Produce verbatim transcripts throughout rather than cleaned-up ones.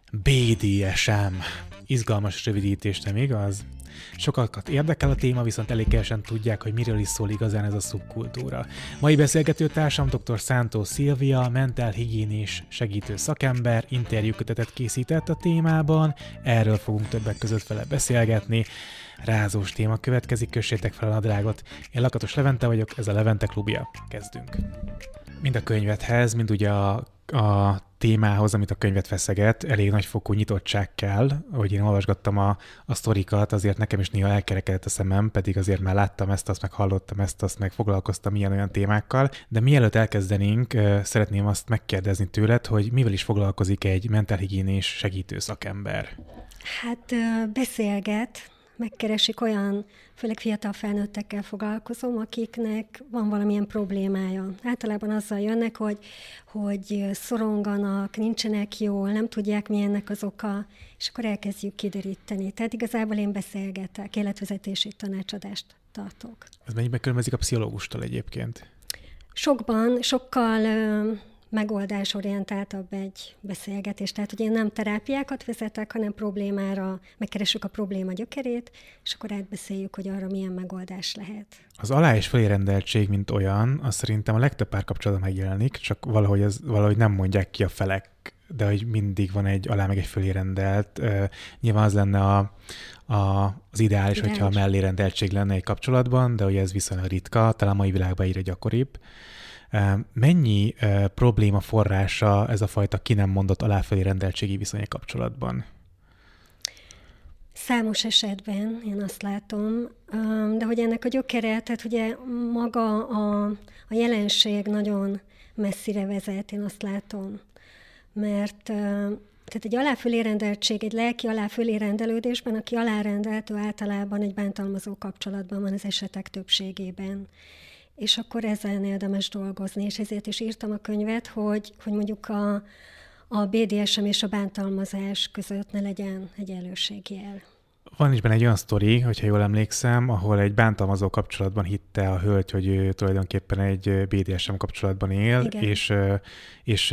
bé dé es em. Izgalmas rövidítés, nem igaz? Sokakat érdekel a téma, viszont elég kevesen tudják, hogy miről is szól igazán ez a szubkultúra. Mai beszélgető társam dr. Szántó Szilvia, mentálhigiénés segítő szakember, interjúkötetet készített a témában, erről fogunk többek között vele beszélgetni. Rázós téma következik, kössétek fel a nadrágot. Én Lakatos Levente vagyok, ez a Levente Klubja. Kezdünk. Mind a könyvethez, mind ugye a, a témához, amit a könyvet feszeget, elég nagyfokú nyitottság kell. Ahogy én olvasgattam a, a sztorikat, azért nekem is néha elkerekedett a szemem, pedig azért már láttam ezt, azt meg hallottam ezt, azt meg foglalkoztam ilyen-olyan témákkal. De mielőtt elkezdenénk, szeretném azt megkérdezni tőled, hogy mivel is foglalkozik egy mentálhigiénés segítő szakember? Hát beszélget, megkeresik olyan, főleg fiatal felnőttekkel foglalkozom, akiknek van valamilyen problémája. Általában azzal jönnek, hogy, hogy szoronganak, nincsenek jól, nem tudják, mi ennek az oka, és akkor elkezdjük kideríteni. Tehát igazából én beszélgetek, életvezetési tanácsadást tartok. Ez mennyiben különbözik a pszichológustól egyébként? Sokban, sokkal megoldásorientáltabb egy beszélgetés. Tehát, hogy én nem terápiákat vezetek, hanem problémára, megkeressük a probléma gyökerét, és akkor átbeszéljük, hogy arra milyen megoldás lehet. Az alá- és felérendeltség, mint olyan, az szerintem a legtöbb párkapcsolatban megjelenik, csak valahogy, ez, valahogy nem mondják ki a felek, de hogy mindig van egy alá meg egy fölérendelt. Uh, nyilván az lenne a, a, az ideális, ideális, hogyha a mellérendeltség lenne egy kapcsolatban, de hogy ez viszonylag ritka, talán mai világban egyre gyakoribb. Mennyi uh, probléma forrása ez a fajta ki nem mondott aláfelé rendeltségi viszony kapcsolatban? Számos esetben én azt látom, de hogy ennek a gyökere, tehát ugye maga a, a jelenség nagyon messzire vezet, én azt látom. Mert tehát egy aláfölérendeltség, egy lelki aláfölérendelődésben, aki alárendelt, ő általában egy bántalmazó kapcsolatban van az esetek többségében. És akkor ezen érdemes dolgozni, és ezért is írtam a könyvet, hogy, hogy mondjuk a, a bé dé es em és a bántalmazás között ne legyen egyenlőségjel. Van is benne egy olyan sztori, hogyha jól emlékszem, ahol egy bántalmazó kapcsolatban hitte a hölgy, hogy ő tulajdonképpen egy bé dé es em kapcsolatban él, igen. és, és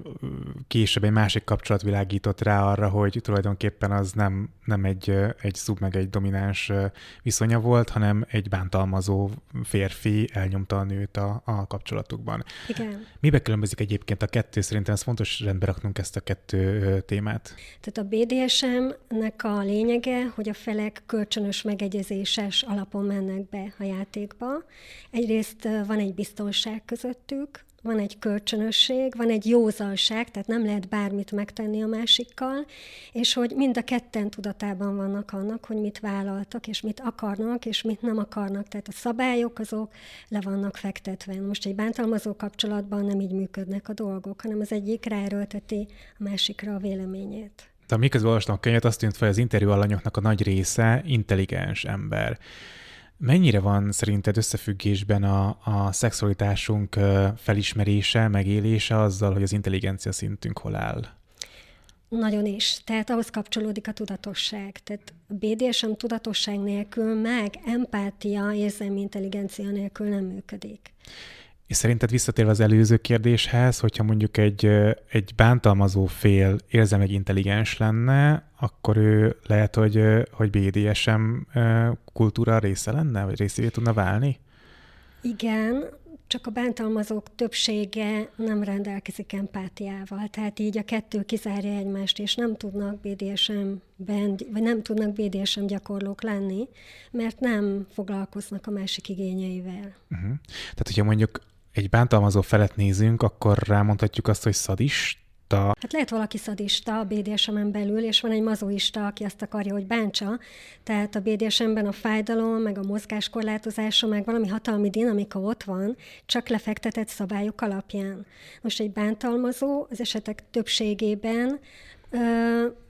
később egy másik kapcsolat világított rá arra, hogy tulajdonképpen az nem, nem egy, egy szub meg egy domináns viszonya volt, hanem egy bántalmazó férfi elnyomta a nőt a, a kapcsolatukban. Igen. Mibe különbözik egyébként a kettő? Szerintem ez fontos rendbe raknunk ezt a kettő témát. Tehát a bé dé es em-nek a lényege, hogy a felek kölcsönös megegyezéses alapon mennek be a játékba. Egyrészt van egy biztonság közöttük, van egy kölcsönösség, van egy józanság, tehát nem lehet bármit megtenni a másikkal, és hogy mind a ketten tudatában vannak annak, hogy mit vállaltak, és mit akarnak, és mit nem akarnak. Tehát a szabályok azok le vannak fektetve. Most egy bántalmazó kapcsolatban nem így működnek a dolgok, hanem az egyik ráerőlteti a másikra a véleményét. De miközben olvastam a könyvet, azt tűnt fel, hogy az interjú alanyoknak a nagy része intelligens ember. Mennyire van szerinted összefüggésben a, a szexualitásunk felismerése, megélése azzal, hogy az intelligencia szintünk hol áll? Nagyon is. Tehát ahhoz kapcsolódik a tudatosság. Tehát a bé dé es em tudatosság nélkül, meg empátia, érzelmi intelligencia nélkül nem működik. És szerinted visszatérve az előző kérdéshez, hogyha mondjuk egy, egy bántalmazó fél érzelmileg intelligens lenne, akkor ő lehet, hogy, hogy bé dé es em kultúra része lenne, vagy részévé tudna válni? Igen, csak a bántalmazók többsége nem rendelkezik empátiával, tehát így a kettő kizárja egymást, és nem tudnak bé dé es em-ben, vagy nem tudnak bé dé es em gyakorlók lenni, mert nem foglalkoznak a másik igényeivel. Uh-huh. Tehát, hogyha mondjuk egy bántalmazó felet nézünk, akkor rámondhatjuk azt, hogy szadista. Hát lehet valaki szadista a bé dé es em-en belül, és van egy mazoista, aki azt akarja, hogy bántsa. Tehát a bé dé es em-ben a fájdalom, meg a mozgáskorlátozása, meg valami hatalmi dinamika ott van, csak lefektetett szabályok alapján. Most egy bántalmazó az esetek többségében ö-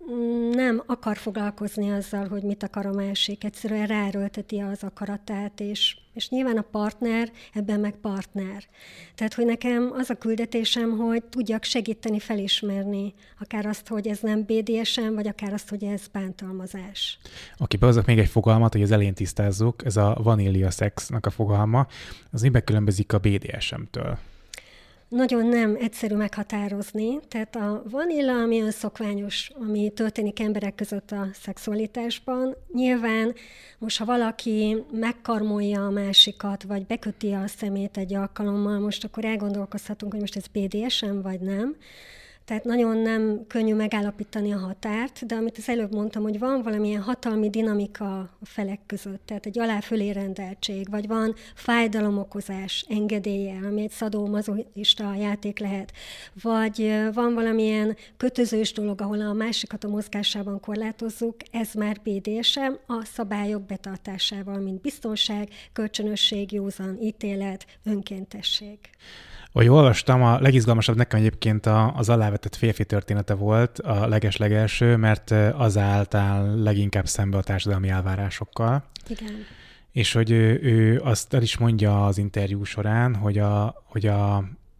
nem akar foglalkozni azzal, hogy mit akar a másik. Egyszerűen ráerőlteti az akaratát, és, és nyilván a partner ebben meg partner. Tehát, hogy nekem az a küldetésem, hogy tudjak segíteni felismerni akár azt, hogy ez nem bé dé es em, vagy akár azt, hogy ez bántalmazás. Oké, behozok még egy fogalmat, hogy az elején tisztázzuk. Ez a vanília szexnak a fogalma. Az miben különbözik a bé dé es em-től? nagyon nem egyszerű meghatározni. Tehát a vanilla, ami olyan szokványos, ami történik emberek között a szexualitásban. Nyilván most, ha valaki megkarmolja a másikat, vagy beköti a szemét egy alkalommal, most akkor elgondolkozhatunk, hogy most ez bé dé es em vagy nem. Tehát nagyon nem könnyű megállapítani a határt, de amit az előbb mondtam, hogy van valamilyen hatalmi dinamika a felek között, tehát egy alá-fölé rendeltség, vagy van fájdalomokozás engedéllyel, ami egy szadó-mazochista játék lehet, vagy van valamilyen kötözős dolog, ahol a másikat a mozgásában korlátozzuk, ez már bé dé es em a szabályok betartásával, mint biztonság, kölcsönösség, józan ítélet, önkéntesség. Ahogy olvastam, a legizgalmasabb nekem egyébként az alávetett férfi története volt a legeslegelső, mert az álltál leginkább szembe a társadalmi elvárásokkal. Igen. És hogy ő, ő azt el is mondja az interjú során, hogy a, hogy a,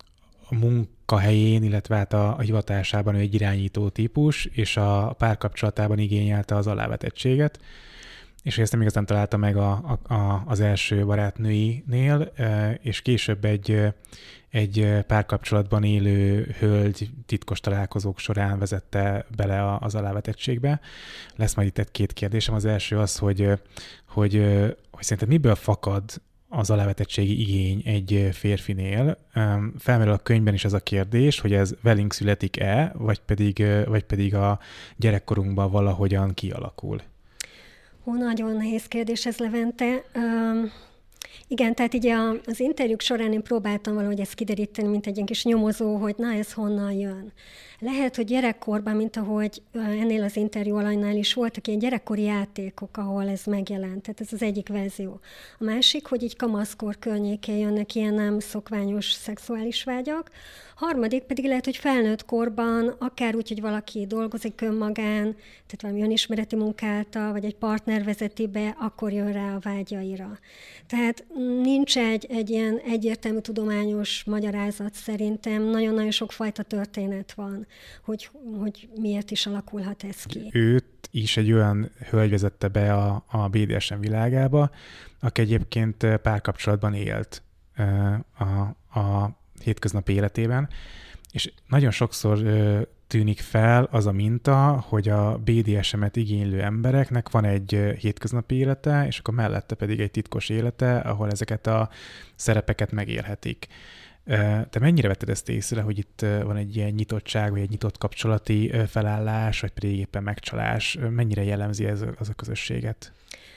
a munkahelyén, illetve hát a, a hivatásában ő egy irányító típus, és a párkapcsolatában igényelte az alávetettséget, és hogy ezt nem igazán találta meg a, a, a, az első barátnőinél, és később egy, egy párkapcsolatban élő hölgy titkos találkozók során vezette bele az alávetettségbe. Lesz majd itt egy két kérdésem. Az első az, hogy, hogy, hogy szerinted miből fakad az alávetettségi igény egy férfinél. Felmerül a könyvben is az a kérdés, hogy ez velünk születik-e, vagy pedig, vagy pedig a gyerekkorunkban valahogyan kialakul. Ó, nagyon nehéz kérdés ez, Levente. Um, igen, tehát így az interjúk során én próbáltam valahogy ezt kideríteni, mint egy ilyen kis nyomozó, hogy na, ez honnan jön. Lehet, hogy gyerekkorban, mint ahogy ennél az interjú alanynál is voltak ilyen gyerekkori játékok, ahol ez megjelent. Tehát ez az egyik verzió. A másik, hogy így kamaszkor környékén jönnek ilyen nem szokványos szexuális vágyak. Harmadik pedig lehet, hogy felnőtt korban, akár úgy, hogy valaki dolgozik önmagán, tehát valami önismereti munkálta, vagy egy partner vezeti be, akkor jön rá a vágyaira. Tehát nincs egy, egy ilyen egyértelmű tudományos magyarázat szerintem, nagyon-nagyon sokfajta történet van, hogy, hogy miért is alakulhat ez ki. Őt is egy olyan hölgy vezette be a, a bé dé es em világába, aki egyébként párkapcsolatban élt a, a hétköznapi életében, és nagyon sokszor tűnik fel az a minta, hogy a bé dé es emet igénylő embereknek van egy hétköznapi élete, és akkor mellette pedig egy titkos élete, ahol ezeket a szerepeket megélhetik. Te mennyire vetted ezt észre, hogy itt van egy ilyen nyitottság, vagy egy nyitott kapcsolati felállás, vagy pedig éppen megcsalás? Mennyire jellemzi ez az a közösséget?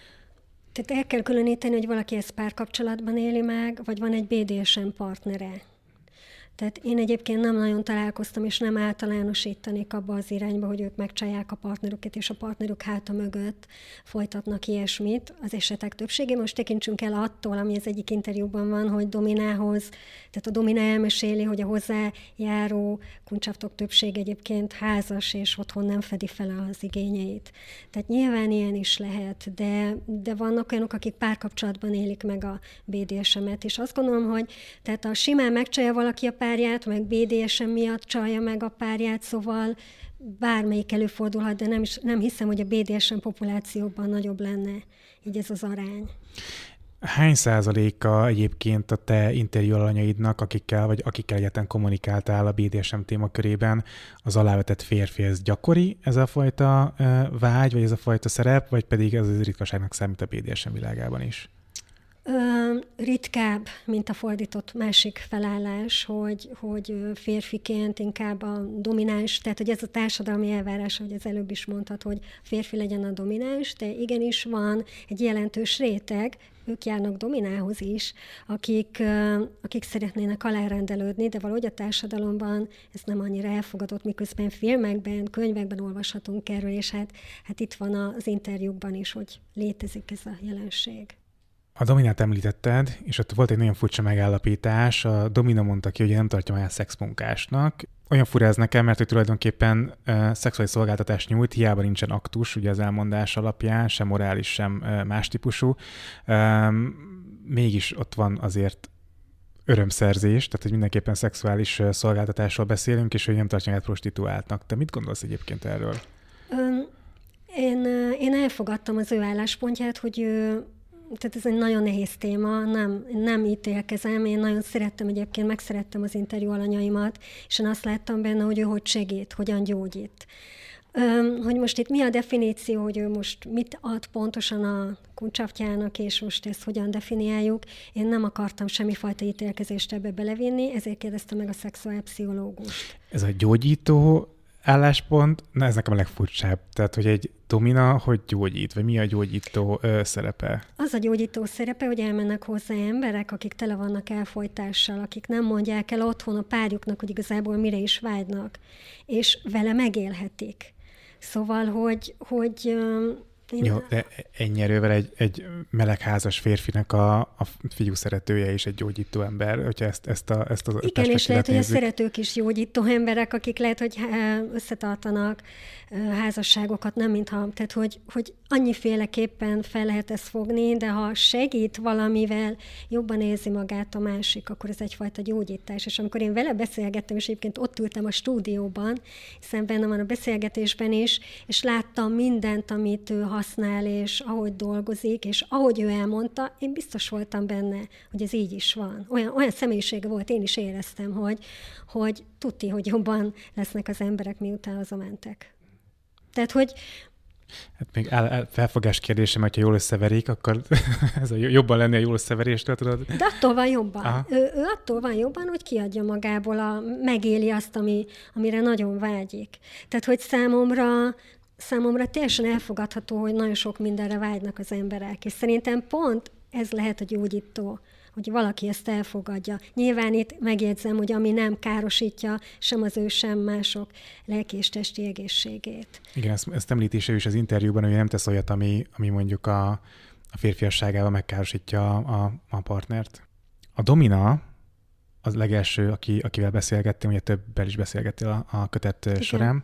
Tehát el kell különíteni, hogy valaki ezt párkapcsolatban éli meg, vagy van egy bé dé es em partnere. Tehát én egyébként nem nagyon találkoztam, és nem általánosítanék abba az irányba, hogy ők megcsalják a partnerüket, és a partnerük háta mögött folytatnak ilyesmit. Az esetek többségében most tekintsünk el attól, ami az egyik interjúban van, hogy Dominához, tehát a Domina elmeséli, hogy a hozzájáró kuncsaftok többség egyébként házas, és otthon nem fedi fel az igényeit. Tehát nyilván ilyen is lehet, de, de vannak olyanok, akik párkapcsolatban élik meg a bé dé es emet, és azt gondolom, hogy tehát a simán megcsalja valaki a párját, meg bé dé es em miatt csalja meg a párját, szóval bármelyik előfordulhat, de nem, is, nem hiszem, hogy a bé dé es em populációban nagyobb lenne így ez az arány. Hány százaléka egyébként a te interjú alanyaidnak, akikkel, vagy akikkel egyáltalán kommunikáltál a bé dé es em témakörében, az alávetett férfi, ez gyakori, ez a fajta vágy, vagy ez a fajta szerep, vagy pedig ez az ritkaságnak számít a bé dé es em világában is? Ö, ritkább, mint a fordított másik felállás, hogy, hogy férfiként inkább a domináns, tehát hogy ez a társadalmi elvárás, hogy az előbb is mondtad, hogy férfi legyen a domináns, de igenis van egy jelentős réteg, ők járnak dominához is, akik, akik szeretnének alárendelődni, de valahogy a társadalomban ez nem annyira elfogadott, miközben filmekben, könyvekben olvashatunk erről, és hát, hát itt van az interjúkban is, hogy létezik ez a jelenség. A Dominát említetted, és ott volt egy nagyon furcsa megállapítás. A Domina mondta ki, hogy nem tartja magát szexmunkásnak. Olyan fura ez nekem, mert ő tulajdonképpen uh, szexuális szolgáltatást nyújt, hiába nincsen aktus, ugye az elmondás alapján, sem morális, sem uh, más típusú. Um, mégis ott van azért örömszerzés, tehát hogy mindenképpen szexuális uh, szolgáltatásról beszélünk, és hogy nem tartja magát prostituáltnak. Te mit gondolsz egyébként erről? Um, én, én elfogadtam az ő álláspontját, hogy ő tehát ez egy nagyon nehéz téma, nem, nem ítélkezem, én nagyon szerettem egyébként, megszerettem az interjú alanyaimat, és én azt láttam benne, hogy ő hogy segít, hogyan gyógyít. Öm, hogy most itt mi a definíció, hogy ő most mit ad pontosan a kuncsafjának, és most ezt hogyan definiáljuk. Én nem akartam semmifajta ítélkezést ebbe belevinni, ezért kérdeztem meg a szexuálpszichológust. Ez a gyógyító álláspont, na ez nekem a legfurcsább. Tehát, hogy egy domina hogy gyógyít, vagy mi a gyógyító ö, szerepe? Az a gyógyító szerepe, hogy elmennek hozzá emberek, akik tele vannak elfojtással, akik nem mondják el otthon a párjuknak, hogy igazából mire is vágynak, és vele megélhetik. Szóval, hogy... hogy Én... Jó, de ennyi erővel egy, egy melegházas férfinek a, a fiú szeretője is egy gyógyító ember, hogyha ezt, ezt a ezt az igen, és lehet, nézzük. Hogy a szeretők is gyógyító emberek, akik lehet, hogy összetartanak házasságokat, nem mintha, tehát hogy, hogy annyiféleképpen fel lehet ezt fogni, de ha segít valamivel, jobban érzi magát a másik, akkor ez egyfajta gyógyítás. És amikor én vele beszélgettem, és egyébként ott ültem a stúdióban, hiszen benne van a beszélgetésben is, és láttam mindent, amit ő használ, és ahogy dolgozik, és ahogy ő elmondta, én biztos voltam benne, hogy ez így is van. Olyan, olyan személyisége volt, én is éreztem, hogy, hogy tuti, hogy jobban lesznek az emberek, miután hazamentek. Tehát, hogy... Hát még áll, áll, felfogás kérdésem, hogyha jól összeverik, akkor ez a jobban lenni a jól összeveréstől, tudod? De attól van jobban. Ő, ő attól van jobban, hogy kiadja magából, a, megéli azt, ami, amire nagyon vágyik. Tehát, hogy számomra Számomra teljesen elfogadható, hogy nagyon sok mindenre vágynak az emberek, és szerintem pont ez lehet a gyógyító, hogy valaki ezt elfogadja. Nyilván itt megjegyzem, hogy ami nem károsítja sem az ő, sem mások lelki és testi egészségét. Igen, ezt, ezt említése is az interjúban, hogy nem tesz olyat, ami, ami mondjuk a, a férfiasságával megkárosítja a, a partnert. A domina az legelső, aki, akivel beszélgettem, ugye többel is beszélgettél a, a kötet igen. során.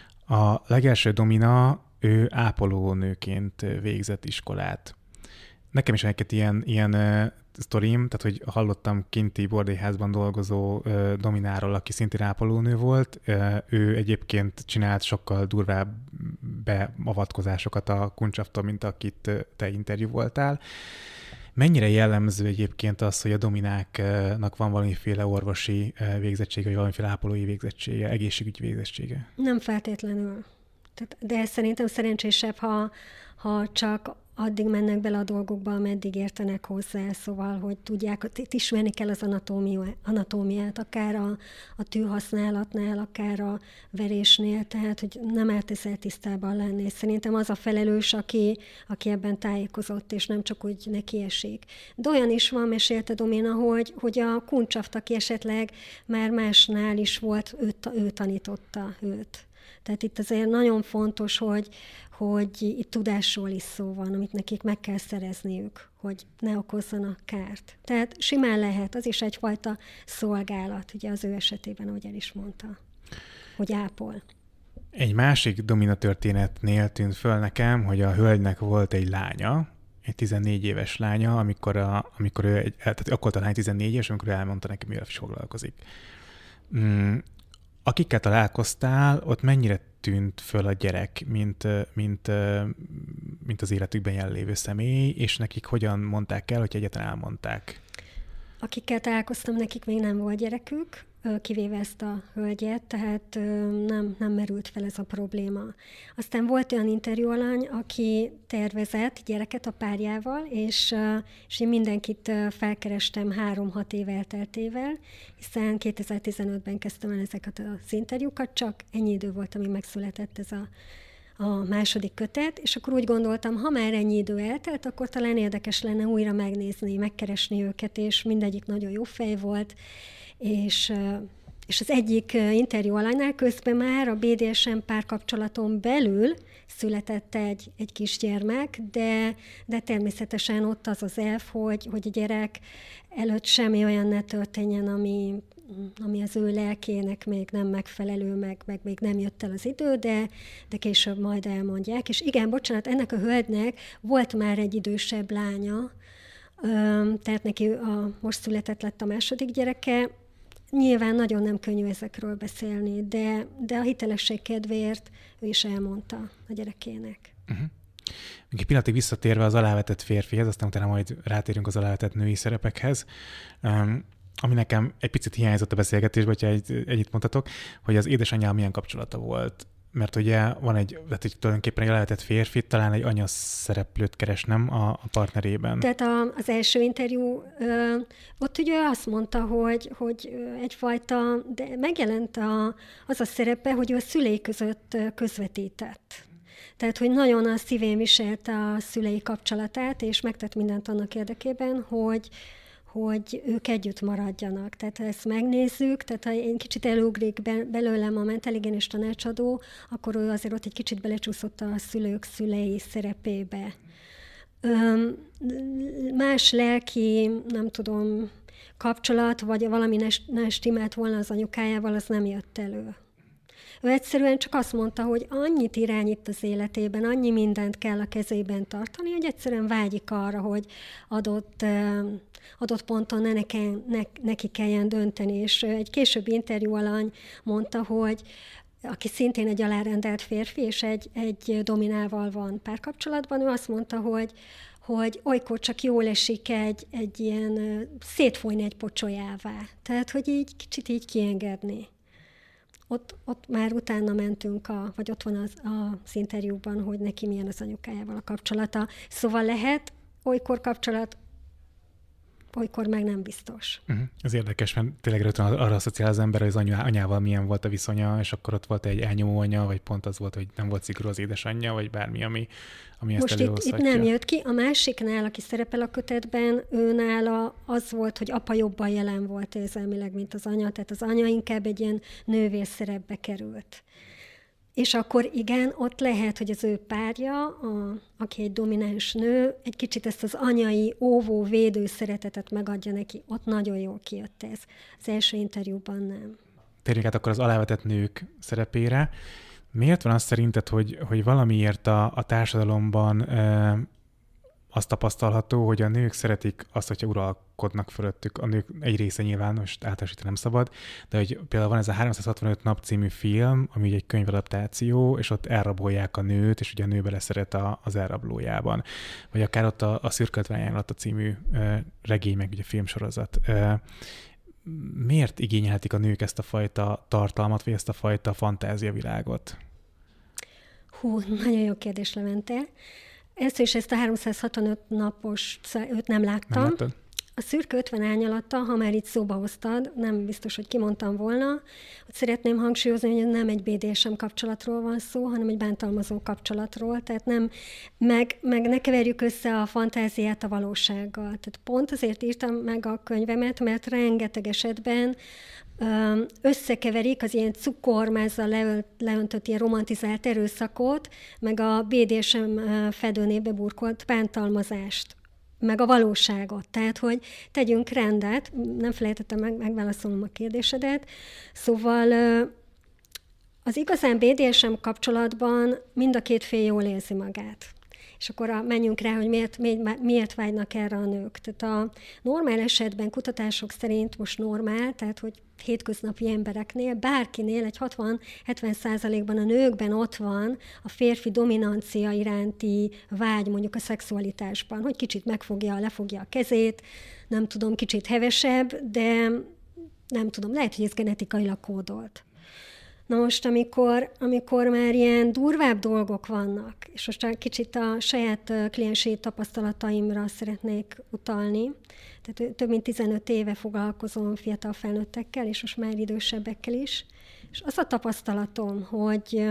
A legelső domina, ő ápolónőként végzett iskolát. Nekem is egy ilyen, ilyen uh, sztorim, tehát hogy hallottam kinti bordélyházban dolgozó uh, domináról, aki szintén ápolónő volt. Uh, ő egyébként csinált sokkal durvább beavatkozásokat a kuncsaftól, mint akit uh, te interjú voltál. Mennyire jellemző egyébként az, hogy a domináknak van valamiféle orvosi végzettsége, vagy valamiféle ápolói végzettsége, egészségügyi végzettsége? Nem feltétlenül. Tehát, de szerintem szerencsésebb, ha, ha csak addig mennek bele a dolgokba, ameddig értenek hozzá, szóval, hogy tudják, itt ismerni kell az anatómiát, akár a, a tűhasználatnál, akár a verésnél, tehát, hogy nem árt ezzel tisztában lenni. Szerintem az a felelős, aki, aki ebben tájékozott, és nem csak úgy neki esik. De olyan is van, mesélte Domina, hogy, hogy a kuncsaft, aki esetleg már másnál is volt, ő, ő tanította őt. Tehát itt azért nagyon fontos, hogy, hogy itt tudásról is szó van, amit nekik meg kell szerezniük, hogy ne okozzanak kárt. Tehát simán lehet, az is egyfajta szolgálat, ugye az ő esetében, ahogy el is mondta, hogy ápol. Egy másik domina történetnél tűnt föl nekem, hogy a hölgynek volt egy lánya, egy tizennégy éves lánya, amikor, a, amikor ő, egy, tehát akkor a lány tizennégy éves, amikor ő elmondta neki, mivel is foglalkozik. Mm. Akikkel találkoztál, ott mennyire tűnt föl a gyerek, mint, mint, mint az életükben jelenlévő személy, és nekik hogyan mondták el, hogy egyáltalán elmondták? Akikkel találkoztam, nekik még nem volt gyerekük, kivéve ezt a hölgyet, tehát nem, nem merült fel ez a probléma. Aztán volt olyan interjúalany, aki tervezett gyereket a párjával, és, és én mindenkit felkerestem három-hat év elteltével, hiszen kétezer-tizenötben kezdtem el ezeket az interjúkat, csak ennyi idő volt, amíg megszületett ez a a második kötet, és akkor úgy gondoltam, ha már ennyi idő eltelt, akkor talán érdekes lenne újra megnézni, megkeresni őket, és mindegyik nagyon jó fej volt, és, és az egyik interjú alánynál közben már a bé dé es em párkapcsolaton belül született egy, egy kisgyermek, de, de természetesen ott az az elv, hogy, hogy a gyerek előtt semmi olyan ne történjen, ami, ami az ő lelkének még nem megfelelő, meg, meg még nem jött el az idő, de, de később majd elmondják. És igen, bocsánat, ennek a hölgynek volt már egy idősebb lánya, tehát neki a, most született lett a második gyereke. Nyilván nagyon nem könnyű ezekről beszélni, de, de a hitelesség kedvéért ő is elmondta a gyerekének. Uh-huh. Egy pillanatig visszatérve az alávetett férfihez, aztán utána majd rátérünk az alávetett női szerepekhez, um, ami nekem egy picit hiányzott a beszélgetésben, hogyha egy, egyet mondhatok, hogy az édesanyjával milyen kapcsolata volt. Mert ugye van egy, tehát hogy tulajdonképpen egy alávetett férfi, talán egy anya szereplőt keres, nem a, a partnerében. Tehát a, az első interjú, ö, ott ugye azt mondta, hogy, hogy egyfajta, de megjelent a, az a szerepe, hogy ő a szülei között közvetített. Tehát, hogy nagyon a szívén viselte a szülei kapcsolatát, és megtett mindent annak érdekében, hogy, hogy ők együtt maradjanak. Tehát ha ezt megnézzük, tehát ha én kicsit elugrik be, belőlem a mentáligiénés tanácsadó, akkor ő azért ott egy kicsit belecsúszott a szülők szülei szerepébe. Öm, más lelki, nem tudom, kapcsolat, vagy valami ne, ne stimmelt volna az anyukájával, az nem jött elő. Ő egyszerűen csak azt mondta, hogy annyit irányít az életében, annyi mindent kell a kezében tartani, hogy egyszerűen vágyik arra, hogy adott, adott ponton ne, neke, ne neki kelljen dönteni. És egy későbbi interjú alany mondta, hogy aki szintén egy alárendelt férfi, és egy, egy dominával van párkapcsolatban, ő azt mondta, hogy, hogy olykor csak jól esik egy, egy ilyen szétfolyni egy pocsolyává. Tehát, hogy így kicsit így kiengedni. Ott, ott már utána mentünk, a, vagy ott van az, az interjúban, hogy neki milyen az anyukájával a kapcsolata. Szóval lehet olykor kapcsolat, olykor meg nem biztos. Uh-huh. Ez érdekes, mert tényleg rögtön arra asszociál az ember, hogy az anyá, anyával milyen volt a viszonya, és akkor ott volt egy elnyomó anya, vagy pont az volt, hogy nem volt szigorú az édesanyja, vagy bármi, ami, ami ezt előhozhatja. Most itt, itt nem jött ki. A másiknál, aki szerepel a kötetben, őnála az volt, hogy apa jobban jelen volt érzelmileg, mint az anya, tehát az anya inkább egy ilyen nővérszerepbe került. És akkor igen, ott lehet, hogy az ő párja, a, aki egy domináns nő, egy kicsit ezt az anyai, óvó, védő szeretetet megadja neki. Ott nagyon jól kijött ez. Az első interjúban nem. Térjünk át akkor az alávetett nők szerepére. Miért van az szerinted, hogy, hogy valamiért a, a társadalomban e, azt tapasztalható, hogy a nők szeretik azt, hogyha uralkodnak fölöttük. A nők egy része nyilván, most általánosítani nem szabad, de hogy például van ez a háromszázhatvanöt nap című film, ami ugye egy könyvadaptáció, és ott elrabolják a nőt, és ugye a nő beleszeret a, az elrablójában. Vagy akár ott a, a Szürke ötvenajánlata című e, regény, meg ugye filmsorozat. E, miért igényelhetik a nők ezt a fajta tartalmat, vagy ezt a fajta fantáziavilágot? Hú, nagyon jó kérdés, Levente. Ezt és ezt a háromszázhatvanöt napos, őt nem láttam. Nem a Szürke ötven árnyalata, ha már itt szóba hoztad, nem biztos, hogy kimondtam volna, hogy szeretném hangsúlyozni, hogy nem egy bé dé es em kapcsolatról van szó, hanem egy bántalmazó kapcsolatról, tehát nem, meg, meg ne keverjük össze a fantáziát a valósággal. Tehát pont azért írtam meg a könyvemet, mert rengeteg esetben összekeverik az ilyen cukormázzal leöntött ilyen romantizált erőszakot, meg a bé dé es em fedőnébe burkolt bántalmazást, meg a valóságot. Tehát, hogy tegyünk rendet, nem felejtettem meg, megválaszolom a kérdésedet. Szóval az igazán bé dé es em kapcsolatban mind a két fél jól érzi magát. És akkor a, menjünk rá, hogy miért, miért, miért vágynak erre a nők. Tehát a normál esetben kutatások szerint most normál, tehát hogy hétköznapi embereknél, bárkinél egy hatvan-hetven százalékban a nőkben ott van a férfi dominancia iránti vágy mondjuk a szexualitásban, hogy kicsit megfogja, lefogja a kezét, nem tudom, kicsit hevesebb, de nem tudom, lehet, hogy ez genetikailag kódolt. Na most, amikor, amikor már ilyen durvább dolgok vannak, és most kicsit a saját kliensi tapasztalataimra szeretnék utalni, tehát több mint tizenöt éve foglalkozom fiatal felnőttekkel, és most már idősebbekkel is, és az a tapasztalatom, hogy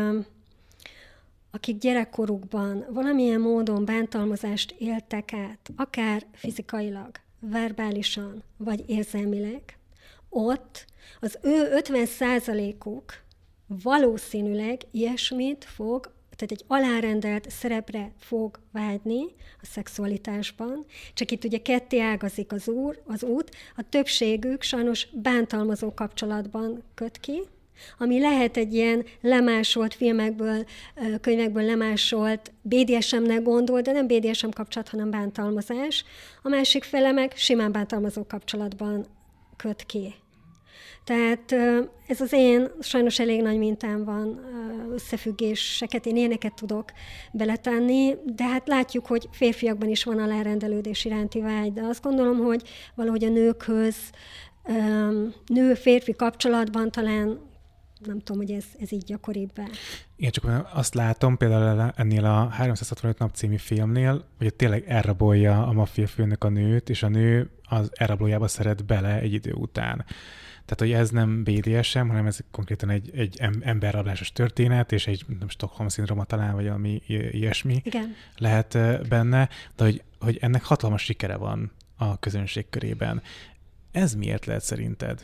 akik gyerekkorukban valamilyen módon bántalmazást éltek át, akár fizikailag, verbálisan, vagy érzelmileg, ott az ő ötven százalékuk valószínűleg ilyesmit fog, tehát egy alárendelt szerepre fog vágyni a szexualitásban, csak itt ugye ketté ágazik az, úr, az út, a többségük sajnos bántalmazó kapcsolatban köt ki, ami lehet egy ilyen lemásolt filmekből, könyvekből lemásolt bé dé es emnek gondol, de nem bé dé es em kapcsolat, hanem bántalmazás. A másik fele meg simán bántalmazó kapcsolatban köt ki. Tehát ez az én, sajnos elég nagy mintán van, összefüggéseket, én ilyeneket tudok beletenni, de hát látjuk, hogy férfiakban is van alárendelődés iránti vágy, de azt gondolom, hogy valahogy a nőkhöz, nő-férfi kapcsolatban talán nem tudom, hogy ez, ez így gyakoribbá. Én csak azt látom például ennél a háromszázhatvanöt nap című filmnél, hogy tényleg elrabolja a maffia főnök a nőt, és a nő az elrablójába szeret bele egy idő után. Tehát, hogy ez nem bé dé es em, hanem ez konkrétan egy, egy emberrablásos történet, és egy nem Stockholm-szindróma talán, vagy valami ilyesmi Igen. lehet benne, de hogy, hogy ennek hatalmas sikere van a közönség körében. Ez miért lehet szerinted?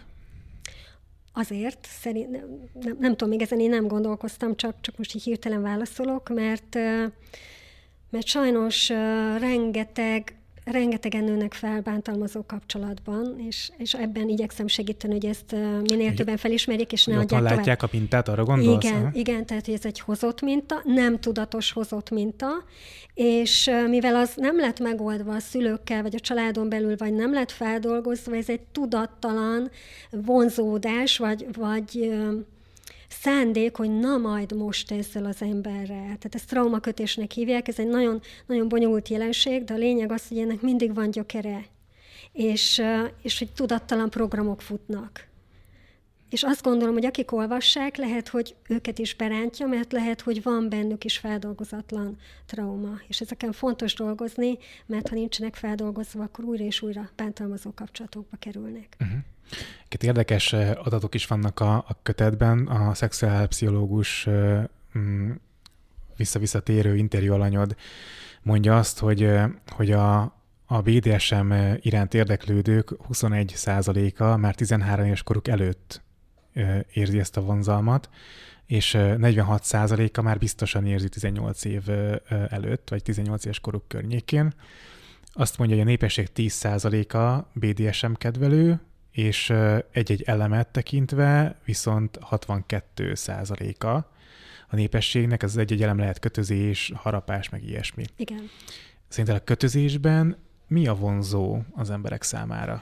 Azért, szerint, nem, nem tudom, még ezen én nem gondolkoztam, csak, csak most így hirtelen válaszolok, mert, mert sajnos rengeteg, rengetegen nőnek fel bántalmazó kapcsolatban, és, és ebben igyekszem segíteni, hogy ezt minél többen felismerjék, és ne adják tovább. Látják a mintát, arra gondolsz? Igen, ha? igen, tehát hogy ez egy hozott minta, nem tudatos hozott minta, és mivel az nem lett megoldva a szülőkkel, vagy a családon belül, vagy nem lett feldolgozva, ez egy tudattalan vonzódás, vagy, vagy szándék, hogy na majd most ezzel az emberrel. Tehát ezt traumakötésnek hívják, ez egy nagyon, nagyon bonyolult jelenség, de a lényeg az, hogy ennek mindig van gyökere, és, és hogy tudattalan programok futnak. És azt gondolom, hogy akik olvassák, lehet, hogy őket is berántja, mert lehet, hogy van bennük is feldolgozatlan trauma. És ezeken fontos dolgozni, mert ha nincsenek feldolgozva, akkor újra és újra bántalmazó kapcsolatokba kerülnek. Uh-huh. Két érdekes adatok is vannak a, a kötetben. A szexuálpszichológus mm, vissza-visszatérő interjú alanyod mondja azt, hogy, hogy a, a bé dé es em iránt érdeklődők huszonegy százaléka már tizenhárom éves koruk előtt érzi ezt a vonzalmat, és negyvenhat százaléka már biztosan érzi tizennyolc év előtt, vagy tizennyolc éves koruk környékén. Azt mondja, hogy a népesség tíz százaléka bé dé es em kedvelő, és egy-egy elemet tekintve viszont hatvankettő százaléka a népességnek, ez az egy-egy elem lehet kötözés, harapás, meg ilyesmi. Igen. Szerinted a kötözésben mi a vonzó az emberek számára?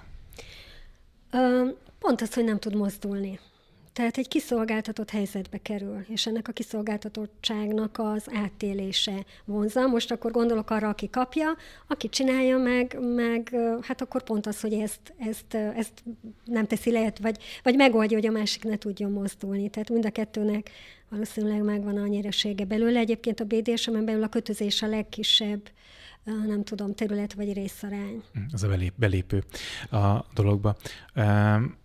Ö, pont az, hogy nem tud mozdulni. Tehát egy kiszolgáltatott helyzetbe kerül, és ennek a kiszolgáltatottságnak az átélése vonza. Most akkor gondolok arra, aki kapja, aki csinálja meg, meg hát akkor pont az, hogy ezt, ezt, ezt nem teszi lehet, vagy, vagy megoldja, hogy a másik ne tudjon mozdulni. Tehát mind a kettőnek valószínűleg megvan a nyeresége belőle. Egyébként a bé dé es em-en belül a kötözés a legkisebb, nem tudom, terület vagy részarány. Ez a belép, belépő a dologba. Um,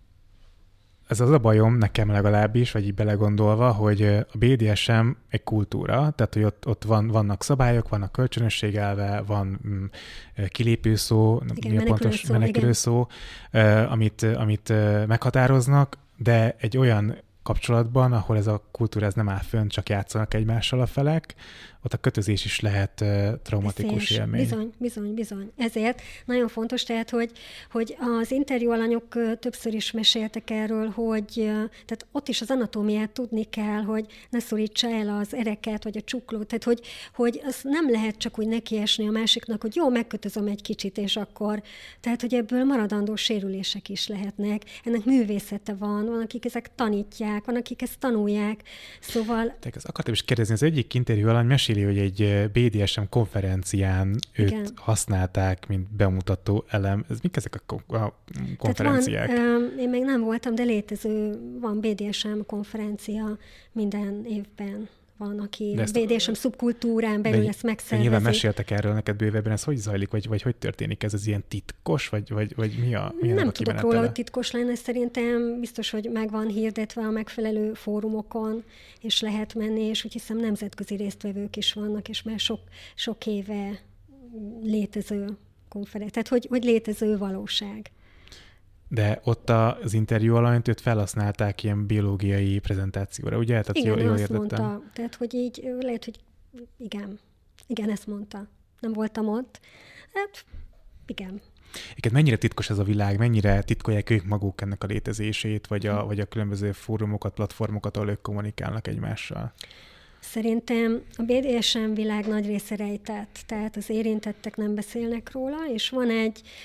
Ez az a bajom nekem legalábbis, vagy így belegondolva, hogy a bé dé es em egy kultúra, tehát hogy ott, ott van, vannak szabályok, vannak kölcsönösség elve, van mm, kilépőszó, igen, mi a pontos menekülőszó, amit, amit meghatároznak, de egy olyan kapcsolatban, ahol ez a kultúra ez nem áll fönn, csak játszanak egymással a felek, ott a kötözés is lehet uh, traumatikus Veszélyes. élmény. Bizony, bizony, bizony. Ezért nagyon fontos, tehát, hogy, hogy az interjú alanyok többször is meséltek erről, hogy tehát ott is az anatómiát tudni kell, hogy ne szorítsa el az ereket, vagy a csuklót, tehát, hogy, hogy az nem lehet csak úgy nekiesni a másiknak, hogy jó, megkötözöm egy kicsit, és akkor, tehát, hogy ebből maradandó sérülések is lehetnek. Ennek művészete van, van, akik ezek tanítják, van, akik ezt tanulják, szóval... Tehát ezt akartam is kérdezni, az egyik interjú alany meséli, hogy egy bé dé es em konferencián igen. őt használták, mint bemutató elem. Ez mik ezek a, a konferenciák? Tehát van, én még nem voltam, de létező, van bé dé es em konferencia minden évben. Van, aki bé dé es em szubkultúrán belül ezt megszervezi. Nyilván meséltek erről neked bővebben, ez hogy zajlik, vagy, vagy hogy történik ez? Ez ilyen titkos, vagy, vagy, vagy mi a mi Nem a tudok róla, hogy titkos lenne, szerintem biztos, hogy meg van hirdetve a megfelelő fórumokon, és lehet menni, és úgy hiszem nemzetközi résztvevők is vannak, és már sok, sok éve létező konferencia, tehát hogy, hogy létező valóság. De ott az interjú alanyt őt felhasználták ilyen biológiai prezentációra, ugye? Tehát igen, jól, jól azt értettem. mondta. Tehát, hogy így lehet, hogy igen. Igen, ezt mondta. Nem voltam ott. Hát, igen. Egyébként mennyire titkos ez a világ, mennyire titkolják ők maguk ennek a létezését, vagy a, vagy a különböző fórumokat, platformokat, ahol ők kommunikálnak egymással? Szerintem a bé dé es em világ nagy része rejtett, tehát az érintettek nem beszélnek róla, és van egy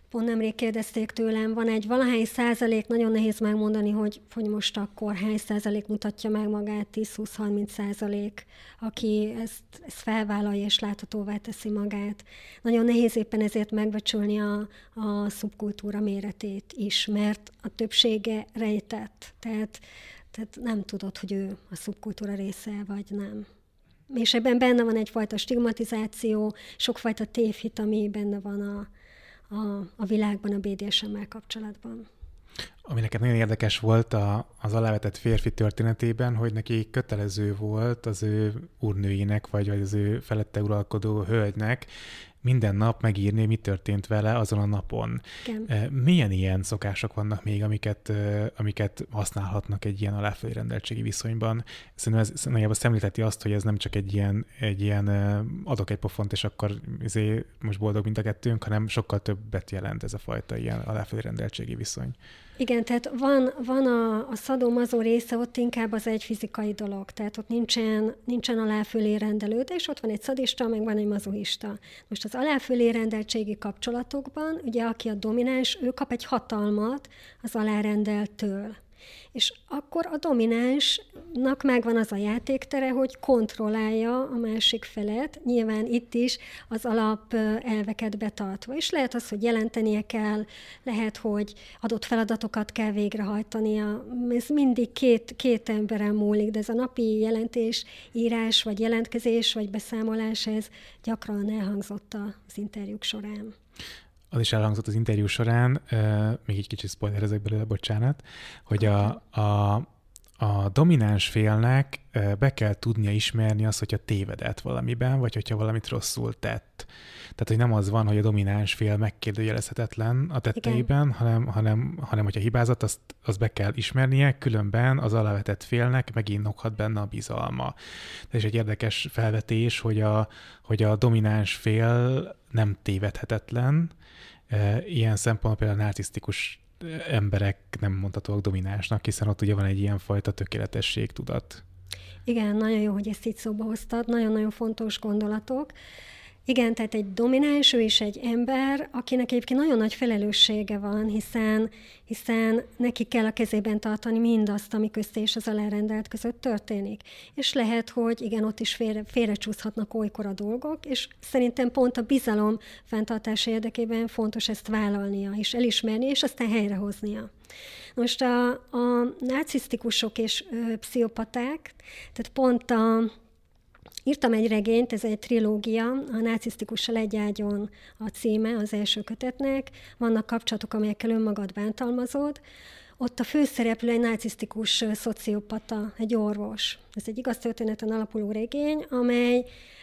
Pont nemrég kérdezték tőlem, van egy valahány százalék, nagyon nehéz megmondani, hogy, hogy most akkor hány százalék mutatja meg magát, tíz-húsz-harminc százalék, aki ezt, ezt felvállalja és láthatóvá teszi magát. Nagyon nehéz éppen ezért megbecsülni a, a szubkultúra méretét is, mert a többsége rejtett, tehát, tehát nem tudod, hogy ő a szubkultúra része vagy nem. És ebben benne van egyfajta stigmatizáció, sokfajta tévhit, ami benne van a A, a világban a bé dé es em-mel kapcsolatban. Ami nekem nagyon érdekes volt a, az alávetett férfi történetében, hogy neki kötelező volt az ő úrnőinek, vagy az ő felette uralkodó hölgynek minden nap megírni, mi történt vele azon a napon. Igen. Milyen ilyen szokások vannak még, amiket, amiket használhatnak egy ilyen aláfölé rendeltségi viszonyban? Szerintem ez nagyjából szemlíteti azt, hogy ez nem csak egy ilyen, egy ilyen adok egy pofont, és akkor izé, most boldog mind a kettőnk, hanem sokkal többet jelent ez a fajta ilyen aláfölé rendeltségi viszony. Igen, tehát van, van a, a szadó-mazó része, ott inkább az egy fizikai dolog, tehát ott nincsen, nincsen aláfölé rendelődés, ott van egy szadista, meg van egy mazochista. Most az aláfölé rendeltségi kapcsolatokban, ugye aki a domináns, ő kap egy hatalmat az alárendeltől. És akkor a dominánsnak megvan az a játéktere, hogy kontrollálja a másik felet, nyilván itt is az alap elveket betartva. És lehet az, hogy jelentenie kell, lehet, hogy adott feladatokat kell végrehajtania. Ez mindig két, két emberen múlik, de ez a napi jelentés, írás, vagy jelentkezés, vagy beszámolás, ez gyakran elhangzott az interjúk során. Az is elhangzott az interjú során, euh, még egy kicsit spoilerezek belőle, bocsánat, hogy a, a, a domináns félnek be kell tudnia ismerni azt, hogyha tévedett valamiben, vagy hogyha valamit rosszul tett. Tehát, hogy nem az van, hogy a domináns fél megkérdőjelezhetetlen a tetteiben, hanem, hanem, hanem hogyha hibázott, azt, azt be kell ismernie, különben az alávetett félnek meginnokhat benne a bizalma. Ez is egy érdekes felvetés, hogy a, hogy a domináns fél nem tévedhetetlen. Ilyen szempontból például narcisztikus emberek nem mondhatóak dominánsnak, hiszen ott ugye van egy ilyen fajta tökéletességtudat. Igen, nagyon jó, hogy ezt így szóba hoztad, nagyon-nagyon fontos gondolatok. Igen, tehát egy domináns, ő is egy ember, akinek egyébként nagyon nagy felelőssége van, hiszen, hiszen neki kell a kezében tartani mindazt, ami közte és az alárendelt között történik. És lehet, hogy igen, ott is félre, félrecsúszhatnak olykor a dolgok, és szerintem pont a bizalom fenntartása érdekében fontos ezt vállalnia, és elismerni, és aztán helyrehoznia. Most a, a narcisztikusok és ö, pszichopaták, tehát pont a írtam egy regényt, ez egy trilógia, a Narcisztikussal egy ágyon a címe az első kötetnek. Vannak kapcsolatok, amelyekkel önmagad bántalmazod. Ott a főszereplő egy narcisztikus szociopata, egy orvos. Ez egy igaz történeten alapuló regény, amely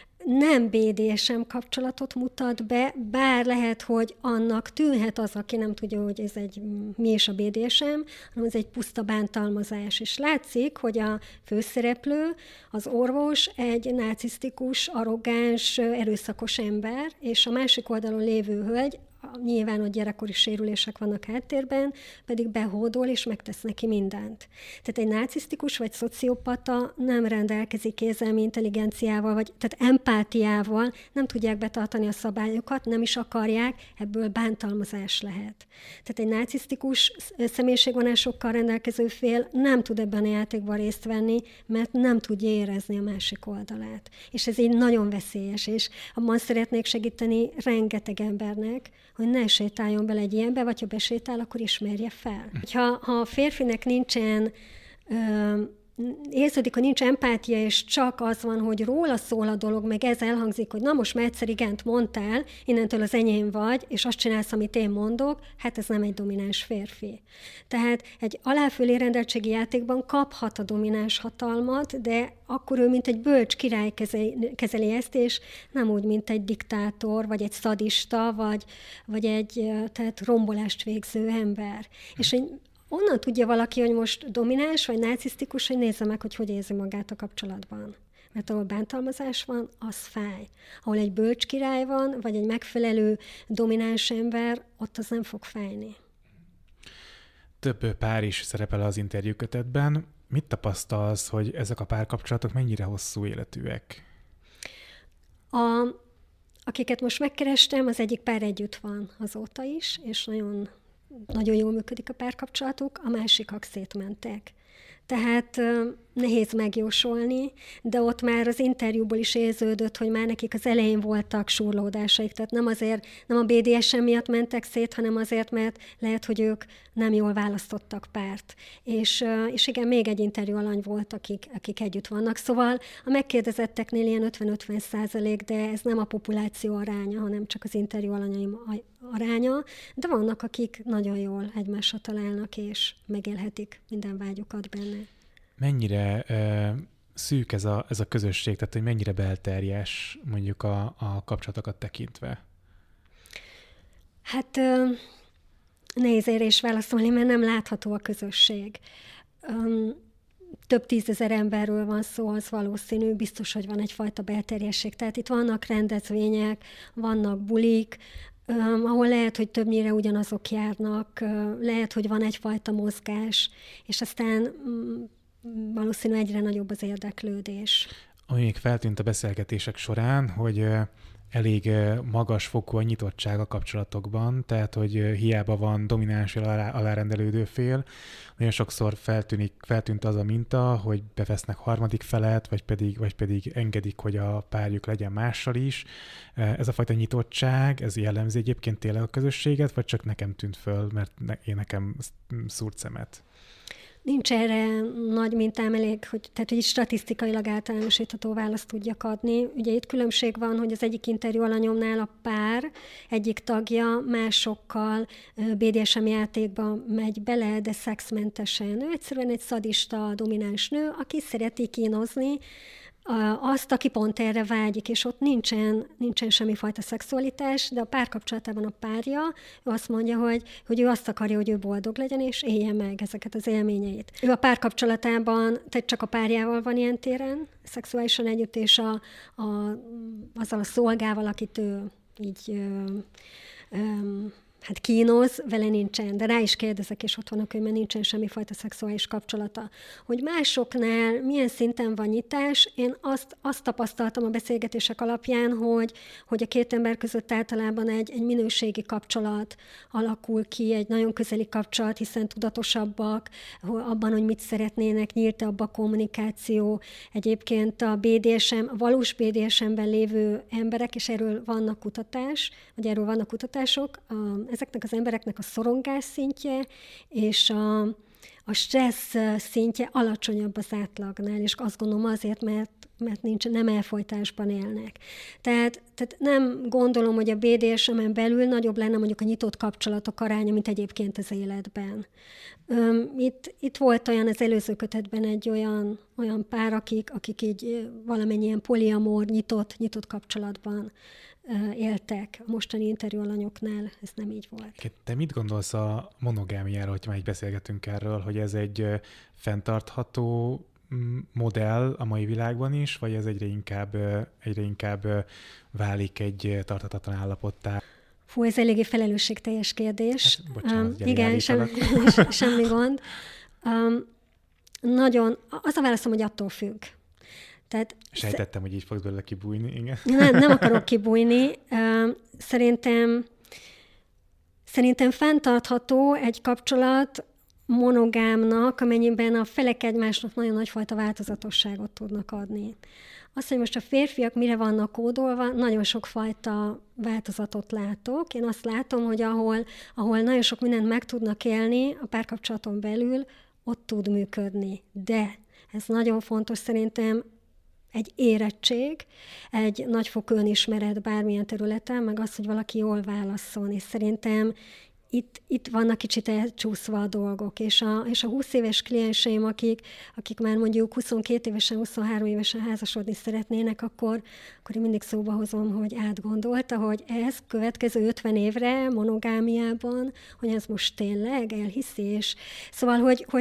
nem bé dé es em kapcsolatot mutat be, bár lehet, hogy annak tűnhet az, aki nem tudja, hogy ez egy mi is a bé dé es em, hanem ez egy puszta bántalmazás. És látszik, hogy a főszereplő, az orvos egy narcisztikus, arrogáns, erőszakos ember, és a másik oldalon lévő hölgy, nyilván ott gyerekkori sérülések vannak háttérben, pedig behódol és megtesz neki mindent. Tehát egy narcisztikus vagy szociopata nem rendelkezik érzelmi intelligenciával, vagy tehát empátiával, nem tudják betartani a szabályokat, nem is akarják, ebből bántalmazás lehet. Tehát egy narcisztikus személyiségvonásokkal rendelkező fél nem tud ebben a játékban részt venni, mert nem tudja érezni a másik oldalát. És ez így nagyon veszélyes, és abban szeretnék segíteni rengeteg embernek, hogy ne sétáljon bele egy ilyenbe, vagy ha besétál, akkor ismerje fel. Ha, ha a férfinek nincsen, ö, érződik, hogy nincs empátia, és csak az van, hogy róla szól a dolog, meg ez elhangzik, hogy na most már egyszer igent mondtál, innentől az enyém vagy, és azt csinálsz, amit én mondok, hát ez nem egy domináns férfi. Tehát egy aláfölé rendeltségi játékban kaphat a domináns hatalmat, de akkor ő, mint egy bölcs király kezeli, kezeli ezt, és nem úgy, mint egy diktátor, vagy egy szadista, vagy, vagy egy tehát rombolást végző ember. És egy onnan tudja valaki, hogy most domináns vagy narcisztikus, hogy nézze meg, hogy hogy érzi magát a kapcsolatban. Mert ahol bántalmazás van, az fáj. Ahol egy bölcs király van, vagy egy megfelelő domináns ember, ott az nem fog fájni. Több pár is szerepel az interjúkötetben. Mit tapasztalsz, hogy ezek a párkapcsolatok mennyire hosszú életűek? A akiket most megkerestem, az egyik pár együtt van azóta is, és nagyon, nagyon jól működik a párkapcsolatuk, a másikak szétmentek. Tehát nehéz megjósolni, de ott már az interjúból is érződött, hogy már nekik az elején voltak súrlódásaik, tehát nem azért, nem a bé dé es em miatt mentek szét, hanem azért, mert lehet, hogy ők nem jól választottak párt. És, és igen, még egy interjú alany volt, akik, akik együtt vannak. Szóval a megkérdezetteknél ilyen ötven-ötven százalék, de ez nem a populáció aránya, hanem csak az interjú alanyaim aránya, de vannak, akik nagyon jól egymásra találnak, és megélhetik minden vágyukat benne. Mennyire uh, szűk ez a, ez a közösség, tehát hogy mennyire belterjes mondjuk a, a kapcsolatokat tekintve? Hát uh, nehéz erre is válaszolni, mert nem látható a közösség. Um, több tízezer emberről van szó, az valószínű, biztos, hogy van egyfajta belterjesség. Tehát itt vannak rendezvények, vannak bulik, Um, ahol lehet, hogy többnyire ugyanazok járnak, uh, lehet, hogy van egyfajta mozgás, és aztán um, valószínű egyre nagyobb az érdeklődés. Ami még feltűnt a beszélgetések során, hogy uh, elég uh, magas fokú a nyitottság a kapcsolatokban, tehát hogy uh, hiába van domináns alá, alárendelődő fél, nagyon sokszor feltűnik, feltűnt az a minta, hogy bevesznek harmadik felet, vagy pedig, vagy pedig engedik, hogy a párjuk legyen mással is. Ez a fajta nyitottság, ez jellemzi egyébként tényleg a közösséget, vagy csak nekem tűnt föl, mert ne, én nekem szúrt szemet? Nincs erre nagy mintám elég, hogy, tehát hogy itt statisztikailag általánosítható választ tudjak adni. Ugye itt különbség van, hogy az egyik interjú alanyomnál a pár egyik tagja másokkal bé dé es em játékba megy bele, de szexmentesen. Ő egyszerűen egy szadista, domináns nő, aki szereti kínozni azt, aki pont erre vágyik, és ott nincsen, nincsen semmifajta szexualitás, de a párkapcsolatában a párja, ő azt mondja, hogy, hogy ő azt akarja, hogy ő boldog legyen, és élje meg ezeket az élményeit. Ő a párkapcsolatában, tehát csak a párjával van ilyen téren, szexuálisan együtt, és a, a, azzal a szolgával, akit ő így ö, ö, hát kínoz, vele nincsen, de rá is kérdezek, és ott vannak, hogy mert nincsen semmifajta szexuális kapcsolata. Hogy másoknál milyen szinten van nyitás, én azt, azt tapasztaltam a beszélgetések alapján, hogy, hogy a két ember között általában egy, egy minőségi kapcsolat alakul ki, egy nagyon közeli kapcsolat, hiszen tudatosabbak abban, hogy mit szeretnének, nyíltabb a kommunikáció. Egyébként a bé dé es em, a valós bé dé es emben lévő emberek, és erről vannak kutatás, vagy erről vannak kutatások, a, ezeknek az embereknek a szorongás szintje és a, a stressz szintje alacsonyabb az átlagnál, és azt gondolom azért, mert, mert nincs, nem elfojtásban élnek. Tehát, tehát nem gondolom, hogy a bé dé es em-en belül nagyobb lenne mondjuk a nyitott kapcsolatok aránya, mint egyébként az életben. Itt, itt volt olyan az előző kötetben egy olyan, olyan pár, akik, akik így valamennyien poliamor, nyitott, nyitott kapcsolatban éltek. A mostani interjú alanyoknál ez nem így volt. Te mit gondolsz a monogámiáról, hogy már így beszélgetünk erről, hogy ez egy fenntartható modell a mai világban is, vagy ez egyre inkább, egyre inkább válik egy tarthatatlan állapottá? Fú, ez eléggé felelősségteljes kérdés. Hát, bocsánat, um, igen, sem, semmi gond. Um, nagyon, az a válaszom, hogy attól függ. Tehát sejtettem, hogy így fogsz belőle kibújni, igen. Nem, nem akarok kibújni. Szerintem, szerintem fenntartható egy kapcsolat monogámnak, amennyiben a felek egymásnak nagyon nagyfajta változatosságot tudnak adni. Azt, hogy most a férfiak mire vannak kódolva, nagyon sokfajta változatot látok. Én azt látom, hogy ahol, ahol nagyon sok mindent meg tudnak élni a párkapcsolaton belül, ott tud működni. De ez nagyon fontos szerintem, egy érettség, egy nagyfokú önismeret bármilyen területen, meg az, hogy valaki jól válasszon, és szerintem itt, itt vannak kicsit elcsúszva a dolgok, és a, és a húsz éves klienseim, akik, akik már mondjuk huszonkét évesen, huszonhárom évesen házasodni szeretnének, akkor, akkor én mindig szóba hozom, hogy átgondolta, hogy ez következő ötven évre monogámiában, hogy ez most tényleg elhiszi, és szóval, hogy, hogy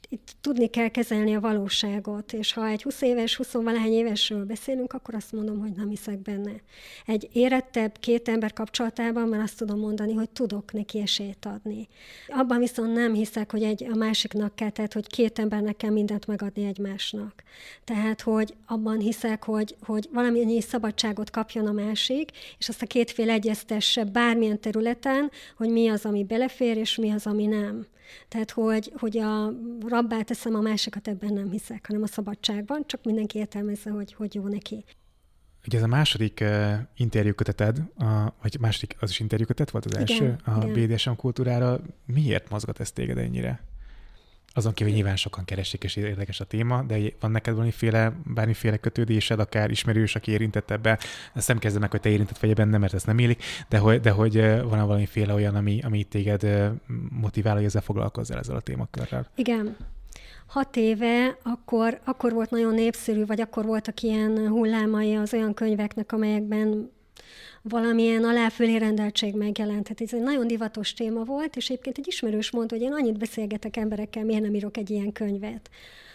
itt tudni kell kezelni a valóságot, és ha egy húsz éves, húsz-valahány évesről beszélünk, akkor azt mondom, hogy nem hiszek benne. Egy érettebb két ember kapcsolatában már azt tudom mondani, hogy tudok neki esélyt adni. Abban viszont nem hiszek, hogy egy, a másiknak kell, tehát hogy két embernek kell mindent megadni egymásnak. Tehát, hogy abban hiszek, hogy, hogy valamennyi szabadságot kapjon a másik, és azt a két fél egyeztesse bármilyen területen, hogy mi az, ami belefér, és mi az, ami nem. Tehát, hogy, hogy a rabbá teszem a másikat, ebben nem hiszek, hanem a szabadságban, csak mindenki értelmezze, hogy, hogy jó neki. Ugye ez a második uh, interjúköteted, a, vagy második, az is interjúkötet volt az első, igen, a igen. bé dé es em kultúrára. Miért mozgat ez téged ennyire? Azon kívül nyilván sokan keresik, és érdekes a téma, de van neked valamiféle, bármiféle kötődésed, akár ismerős, aki érintett ebbe? Ezt nem kezdem meg, hogy te érintett vagy benne, mert ez nem élik, de hogy, de hogy van valamiféle olyan, ami, ami téged motivál, hogy ezzel foglalkozzál, ezzel a témakörrel? Igen. Hat éve, akkor, akkor volt nagyon népszerű, vagy akkor voltak ilyen hullámai az olyan könyveknek, amelyekben valamilyen aláfölé rendeltség megjelent. Tehát ez egy nagyon divatos téma volt, és egyébként egy ismerős mondta, hogy én annyit beszélgetek emberekkel, miért nem írok egy ilyen könyvet.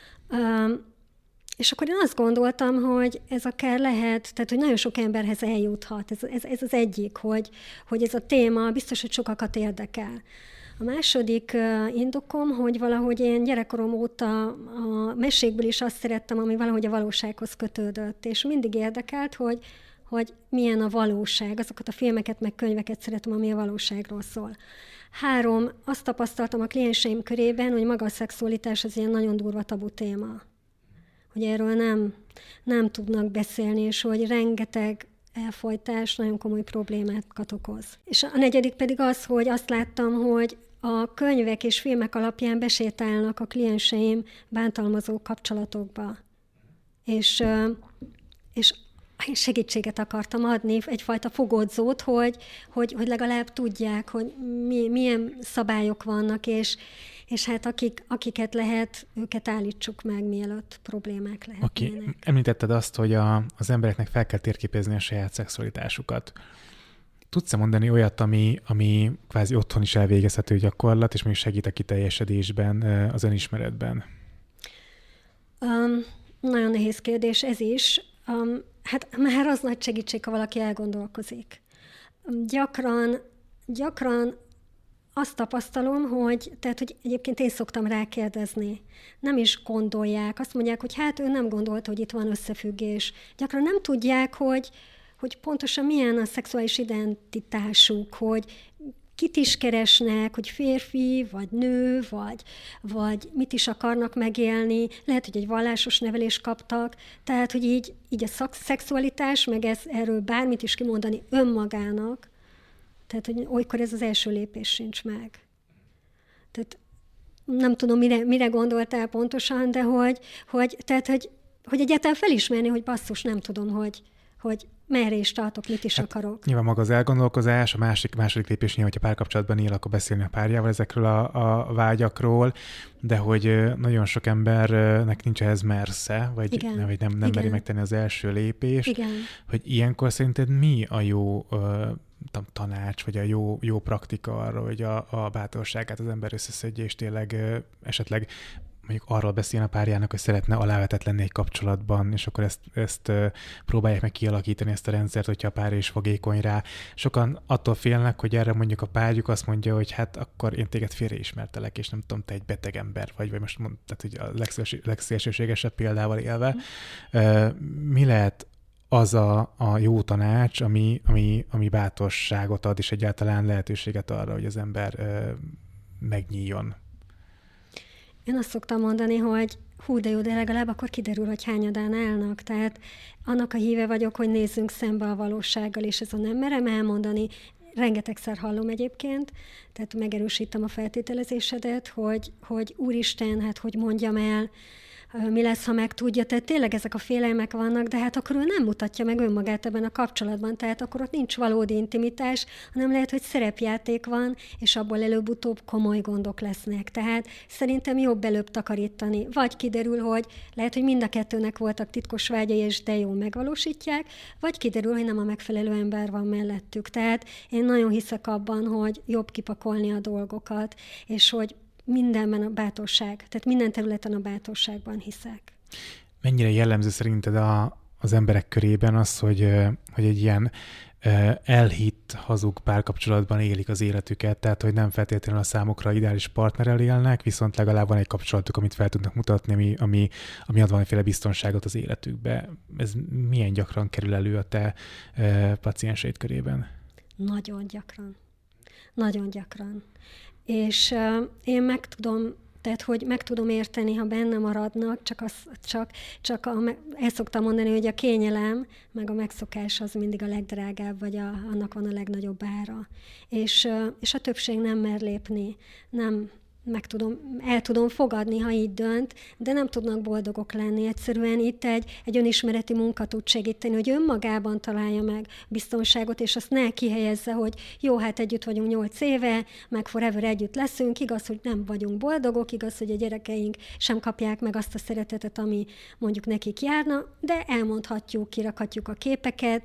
Um, és akkor én azt gondoltam, hogy ez akár lehet, tehát hogy nagyon sok emberhez eljuthat. Ez, ez, ez az egyik, hogy, hogy ez a téma biztos, hogy sokakat érdekel. A második uh, indokom, hogy valahogy én gyerekkorom óta a mesékből is azt szerettem, ami valahogy a valósághoz kötődött, és mindig érdekelt, hogy hogy milyen a valóság. Azokat a filmeket, meg könyveket szeretem, ami a valóságról szól. Három, azt tapasztaltam a klienseim körében, hogy maga a szexualitás az ilyen nagyon durva tabu téma. Hogy erről nem, nem tudnak beszélni, és hogy rengeteg elfojtás nagyon komoly problémákat okoz. És a negyedik pedig az, hogy azt láttam, hogy a könyvek és filmek alapján besétálnak a klienseim bántalmazó kapcsolatokba. És, és segítséget akartam adni, egyfajta fogódzót, hogy, hogy, hogy legalább tudják, hogy mi, milyen szabályok vannak, és, és hát akik, akiket lehet, őket állítsuk meg, mielőtt problémák lehetnének. Oké, említetted azt, hogy a, az embereknek fel kell térképezni a saját szexualitásukat. Tudsz-e mondani olyat, ami, ami kvázi otthon is elvégezhető gyakorlat, és még segít a kiteljesedésben, az önismeretben? Um, nagyon nehéz kérdés ez is. Um, hát már az nagy segítség, ha valaki elgondolkozik. Gyakran, gyakran azt tapasztalom, hogy, tehát, hogy egyébként én szoktam rákérdezni. Nem is gondolják. Azt mondják, hogy hát ő nem gondolta, hogy itt van összefüggés. Gyakran nem tudják, hogy, hogy pontosan milyen a szexuális identitásuk, hogy kit is keresnek, hogy férfi, vagy nő, vagy, vagy mit is akarnak megélni. Lehet, hogy egy vallásos nevelést kaptak. Tehát, hogy így, így a szak- szexualitás, meg ez, erről bármit is kimondani önmagának, tehát, hogy olykor ez az első lépés sincs meg. Tehát nem tudom, mire, mire gondoltál pontosan, de hogy, hogy, tehát, hogy, hogy egyáltalán felismerni, hogy basszus, nem tudom, hogy, hogy merre is tartok, mit is hát akarok. Nyilván maga az elgondolkozás, a másik, második lépés nyilván, hogyha párkapcsolatban él, akkor beszélni a párjával ezekről a, a vágyakról, de hogy nagyon sok embernek nincs ehhez mersze, vagy, Igen. vagy nem, nem meri megtenni az első lépést. Igen. Hogy ilyenkor szerinted mi a jó uh, tanács, vagy a jó, jó praktika arra, hogy a, a bátorságát az ember összeszedje, és tényleg uh, esetleg mondjuk arról beszélni a párjának, hogy szeretne alávetett lenni egy kapcsolatban, és akkor ezt, ezt uh, próbálják meg kialakítani, ezt a rendszert, hogyha a pár is fogékony rá. Sokan attól félnek, hogy erre mondjuk a párjuk azt mondja, hogy hát akkor én téged félreismertelek, és nem tudom, te egy beteg ember vagy, vagy most mond, tehát hogy a legszélsőségesebb példával élve. Uh, mi lehet az a, a jó tanács, ami, ami, ami bátorságot ad, és egyáltalán lehetőséget arra, hogy az ember uh, megnyíljon? Én azt szoktam mondani, hogy hú, de jó, de legalább akkor kiderül, hogy hányadán állnak. Tehát annak a híve vagyok, hogy nézzünk szembe a valósággal, és ez a nem merem elmondani. Rengetegszer hallom egyébként, tehát megerősítem a feltételezésedet, hogy, hogy úristen, hát hogy mondjam el, mi lesz, ha megtudja. Tehát tényleg ezek a félelmek vannak, de hát akkor ő nem mutatja meg önmagát ebben a kapcsolatban, tehát akkor ott nincs valódi intimitás, hanem lehet, hogy szerepjáték van, és abból előbb-utóbb komoly gondok lesznek. Tehát szerintem jobb előbb takarítani. Vagy kiderül, hogy lehet, hogy mind a kettőnek voltak titkos vágyai, és de jól megvalósítják, vagy kiderül, hogy nem a megfelelő ember van mellettük. Tehát én nagyon hiszek abban, hogy jobb kipakolni a dolgokat, és hogy mindenben a bátorság, tehát minden területen a bátorságban hiszek. Mennyire jellemző szerinted a, az emberek körében az, hogy, hogy egy ilyen elhitt, hazug párkapcsolatban élik az életüket, tehát hogy nem feltétlenül a számukra ideális partnerrel élnek, viszont legalább van egy kapcsolatuk, amit fel tudnak mutatni, ami, ami, ami ad valamiféle biztonságot az életükbe. Ez milyen gyakran kerül elő a te e, pacienseid körében? Nagyon gyakran. Nagyon gyakran. És uh, én meg tudom Tehát, hogy meg tudom érteni, ha benne maradnak, csak, az, csak, csak a, el szoktam mondani, hogy a kényelem, meg a megszokás az mindig a legdrágább, vagy a, annak van a legnagyobb ára. És, és a többség nem mer lépni, nem meg tudom, el tudom fogadni, ha így dönt, de nem tudnak boldogok lenni. Egyszerűen itt egy, egy önismereti munka tud segíteni, hogy önmagában találja meg biztonságot, és azt ne kihelyezze, hogy jó, hát együtt vagyunk nyolc éve, meg forever együtt leszünk, igaz, hogy nem vagyunk boldogok, igaz, hogy a gyerekeink sem kapják meg azt a szeretetet, ami mondjuk nekik járna, de elmondhatjuk, kirakhatjuk a képeket.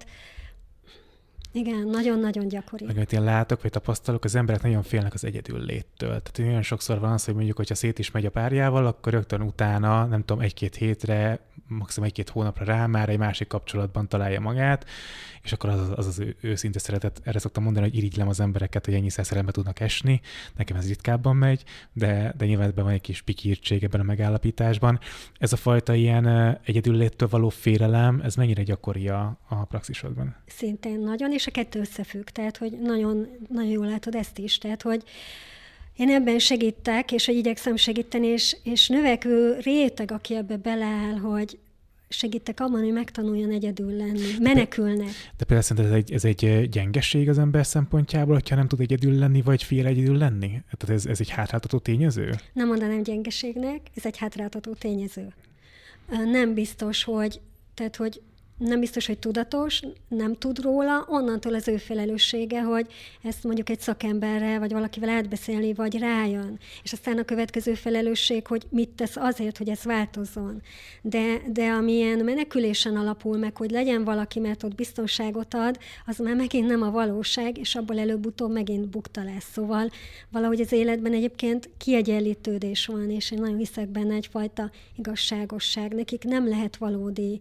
Igen, nagyon-nagyon gyakori. Meg amit én látok, vagy tapasztalok, az emberek nagyon félnek az egyedül léttől. Tehát olyan sokszor van az, hogy mondjuk, hogyha szét is megy a párjával, akkor rögtön utána, nem tudom, egy-két hétre, maximum egy-két hónapra rá már egy másik kapcsolatban találja magát, és akkor az az, az őszinte szeretet. Erre szoktam mondani, hogy irigylem az embereket, hogy ennyi szerelembe tudnak esni. Nekem ez ritkábban megy, de, de nyilván ebben van egy kis pikírtség ebben a megállapításban. Ez a fajta ilyen egyedülléttől való félelem, ez mennyire gyakori a, a praxisodban? Szintén nagyon, és a kettő összefügg, tehát hogy nagyon, nagyon jól látod ezt is, tehát hogy én ebben segítek, és hogy igyekszem segíteni, és, és növekvő réteg, aki ebbe beleáll, hogy segítek abban, hogy megtanuljon egyedül lenni. Menekülnek. De például szerinted ez egy, ez egy gyengeség az ember szempontjából, hogyha nem tud egyedül lenni, vagy fél egyedül lenni? Tehát ez, ez egy hátráltató tényező? Nem mondanám gyengeségnek, ez egy hátráltató tényező. Nem biztos, hogy, tehát, hogy nem biztos, hogy tudatos, nem tud róla, onnantól az ő felelőssége, hogy ezt mondjuk egy szakemberrel, vagy valakivel átbeszélni, vagy rájön. És aztán a következő felelősség, hogy mit tesz azért, hogy ez változzon. De, de amilyen menekülésen alapul meg, hogy legyen valaki, mert ott biztonságot ad, az már megint nem a valóság, és abból előbb-utóbb megint bukta lesz. Szóval valahogy az életben egyébként kiegyenlítődés van, és én nagyon hiszek benne egyfajta igazságosság. Nekik nem lehet valódi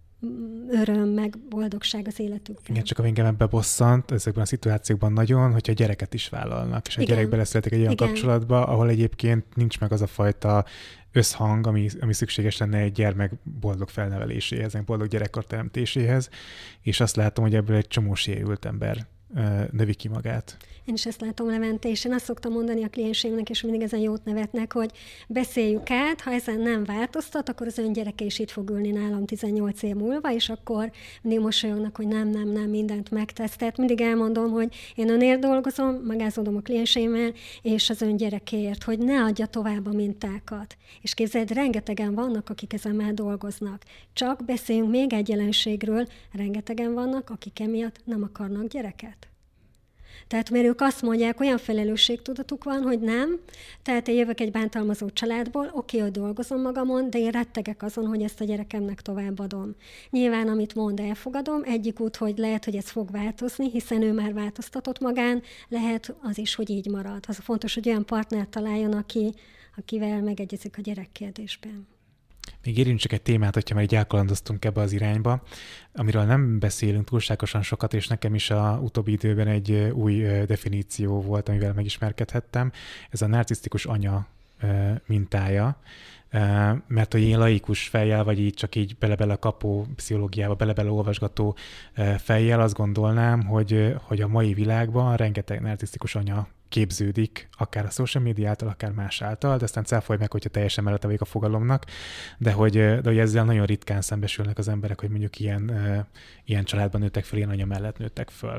öröm, meg boldogság az életükben. Igen, csak a engem ebbe bosszant ezekben a szituációkban nagyon, hogyha gyereket is vállalnak, és a gyerek beleszületik egy olyan Igen. kapcsolatba, ahol egyébként nincs meg az a fajta összhang, ami, ami szükséges lenne egy gyermek boldog felneveléséhez, egy boldog gyerekkor teremtéséhez, és azt látom, hogy ebből egy csomó sérült ember növi ki magát. Én is ezt látom, Levente, és én azt szoktam mondani a klienseimnek, és mindig ezen jót nevetnek, hogy beszéljük át, ha ezen nem változtat, akkor az ön gyereke is itt fog ülni nálam tizennyolc év múlva, és akkor mindig mosolyognak, hogy nem, nem, nem, mindent megtesz. Tehát mindig elmondom, hogy én önért dolgozom, magázódom a klienseimmel, és az ön gyerekéért, hogy ne adja tovább a mintákat. És képzeld, rengetegen vannak, akik ezen már dolgoznak. Csak beszéljünk még egy jelenségről, rengetegen vannak, akik emiatt nem akarnak gyereket. Tehát mert ők azt mondják, olyan felelősségtudatuk van, hogy nem, tehát én jövök egy bántalmazó családból, oké, hogy dolgozom magamon, de én rettegek azon, hogy ezt a gyerekemnek továbbadom. Nyilván, amit mond, elfogadom, egyik út, hogy lehet, hogy ez fog változni, hiszen ő már változtatott magán, lehet az is, hogy így marad. Az fontos, hogy olyan partnert találjon, aki, akivel megegyezik a gyerekkérdésben. Még érintsük egy témát, hogyha már így elkalandoztunk ebbe az irányba, amiről nem beszélünk túlságosan sokat, és nekem is a utóbbi időben egy új definíció volt, amivel megismerkedhettem. Ez a narcisztikus anya mintája, mert hogy én laikus fejjel, vagy így csak így bele-bele kapó pszichológiába, bele-bele olvasgató fejjel azt gondolnám, hogy, hogy a mai világban rengeteg narcisztikus anya képződik, akár a social media által, akár más által, de aztán cáfolj meg, hogyha teljesen mellette vagyok a fogalomnak, de hogy, de hogy ezzel nagyon ritkán szembesülnek az emberek, hogy mondjuk ilyen, ilyen családban nőttek föl, ilyen anya mellett nőttek föl.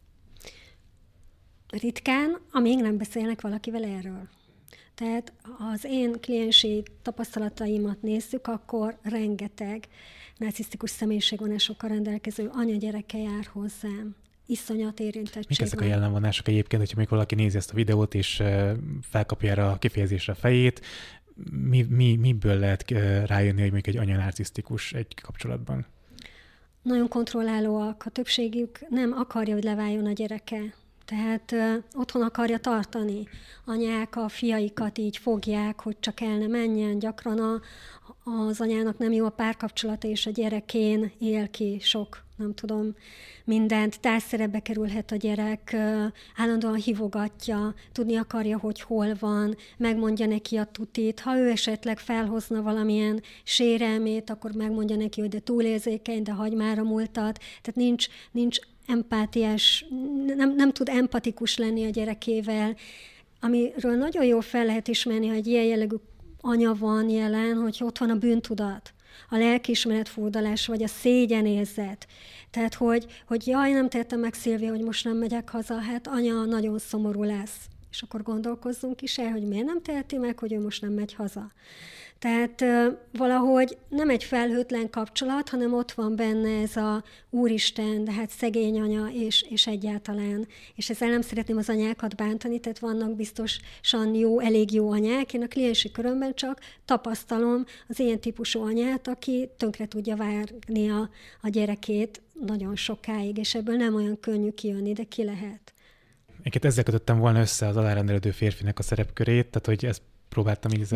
Ritkán, amíg nem beszélnek valakivel erről. Tehát ha az én kliensi tapasztalataimat nézzük, akkor rengeteg narcisztikus személyiségvonásokkal rendelkező anya-gyereke jár hozzám. Iszonyat érintettség. Mik ezek a jellemvonások egyébként, hogyha még valaki nézi ezt a videót, és felkapja erre a kifejezésre a fejét, mi, mi, miből lehet rájönni, hogy még egy anya narcisztikus egy kapcsolatban? Nagyon kontrollálóak. A többségük nem akarja, hogy leváljon a gyereke. Tehát ö, otthon akarja tartani. Anyák a fiaikat így fogják, hogy csak el ne menjen. Gyakran a, az anyának nem jó a párkapcsolata, és a gyerekén él ki sok, nem tudom, mindent. Társzerepbe kerülhet a gyerek, ö, állandóan hívogatja, tudni akarja, hogy hol van, megmondja neki a tutit. Ha ő esetleg felhozna valamilyen sérelmét, akkor megmondja neki, hogy de túlérzékeny, de hagy már a múltat. Tehát nincs, nincs empátiás, nem, nem tud empatikus lenni a gyerekével, amiről nagyon jól fel lehet ismerni, hogy ilyen jellegű anya van jelen, hogy ott van a bűntudat, a lelkiismeret furdalás, vagy a szégyenérzet. Tehát, hogy, hogy jaj, nem tettem meg, Szilvia, hogy most nem megyek haza, hát anya nagyon szomorú lesz. És akkor gondolkozzunk is el, hogy miért nem teheti meg, hogy ő most nem megy haza. Tehát valahogy nem egy felhőtlen kapcsolat, hanem ott van benne ez a Úristen, de hát szegény anya, és, és egyáltalán. És ezzel nem szeretném az anyákat bántani, tehát vannak biztosan jó, elég jó anyák. Én a kliensi körömben csak tapasztalom az ilyen típusú anyát, aki tönkre tudja várni a, a gyerekét nagyon sokáig, és ebből nem olyan könnyű kijönni, de ki lehet. Én ezzel kötöttem volna össze az alárendelődő férfinek a szerepkörét, tehát hogy ezt próbáltam így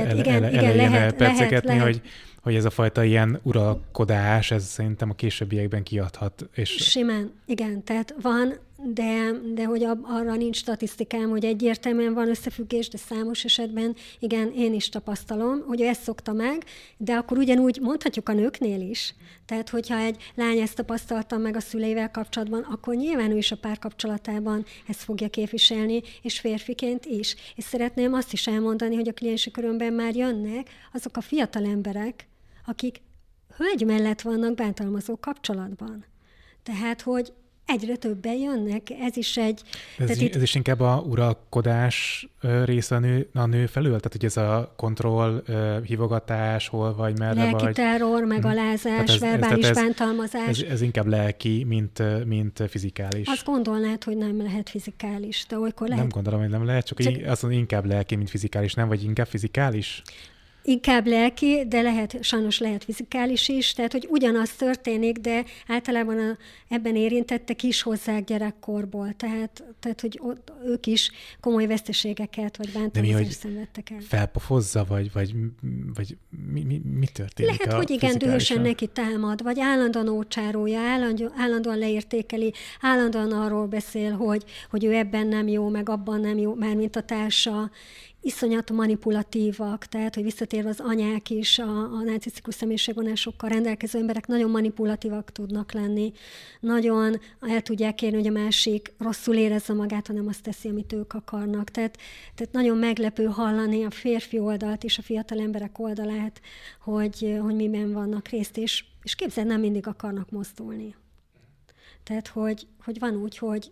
elején percegetni, hogy, hogy ez a fajta ilyen uralkodás, ez szerintem a későbbiekben kiadhat. És... Simán, igen, tehát van, de, de hogy arra nincs statisztikám, hogy egyértelműen van összefüggés, de számos esetben, igen, én is tapasztalom, hogy ő ezt szokta meg, de akkor ugyanúgy mondhatjuk a nőknél is. Tehát, hogyha egy lány ezt tapasztalta meg a szüleivel kapcsolatban, akkor nyilván ő is a párkapcsolatában ezt fogja képviselni, és férfiként is. És szeretném azt is elmondani, hogy a kliensi körömben már jönnek azok a fiatal emberek, akik hölgy mellett vannak bántalmazó kapcsolatban. Tehát, hogy egyre többen jönnek, ez is egy... Ez, is, itt... ez is inkább a uralkodás része a nő, a nő felül? Tehát, hogy ez a kontroll, hívogatás, hol vagy, merre lelki vagy... Lelki terror, megalázás, ez, verbális ez, bántalmazás. Ez, ez inkább lelki, mint, mint fizikális. Azt gondolnád, hogy nem lehet fizikális, de olykor lehet... Nem gondolom, hogy nem lehet, csak, csak... azt mondom, inkább lelki, mint fizikális, nem? Vagy inkább fizikális? Inkább lelki, de lehet, sajnos lehet fizikális is, tehát hogy ugyanaz történik, de általában a, ebben érintettek is hozzák gyerekkorból, tehát, tehát hogy ott, ők is komoly veszteségeket vagy bántalmazást szenvedtek el. Felpofozza, vagy, vagy, vagy mi, mi, mi történik? Lehet, hogy igen, dühösen neki támad, vagy állandóan ócsárolja, állandó, állandóan leértékeli, állandóan arról beszél, hogy, hogy ő ebben nem jó, meg abban nem jó, mármint a társa. Iszonyat manipulatívak, tehát, hogy visszatérve az anyák is, a, a narcisztikus személyiségvonásokkal rendelkező emberek nagyon manipulatívak tudnak lenni, nagyon el tudják érni, hogy a másik rosszul érezze magát, hanem azt teszi, amit ők akarnak. Tehát, tehát nagyon meglepő hallani a férfi oldalt és a fiatal emberek oldalát, hogy, hogy miben vannak részt, és, és képzeld, nem mindig akarnak mozdulni. Tehát, hogy, hogy van úgy, hogy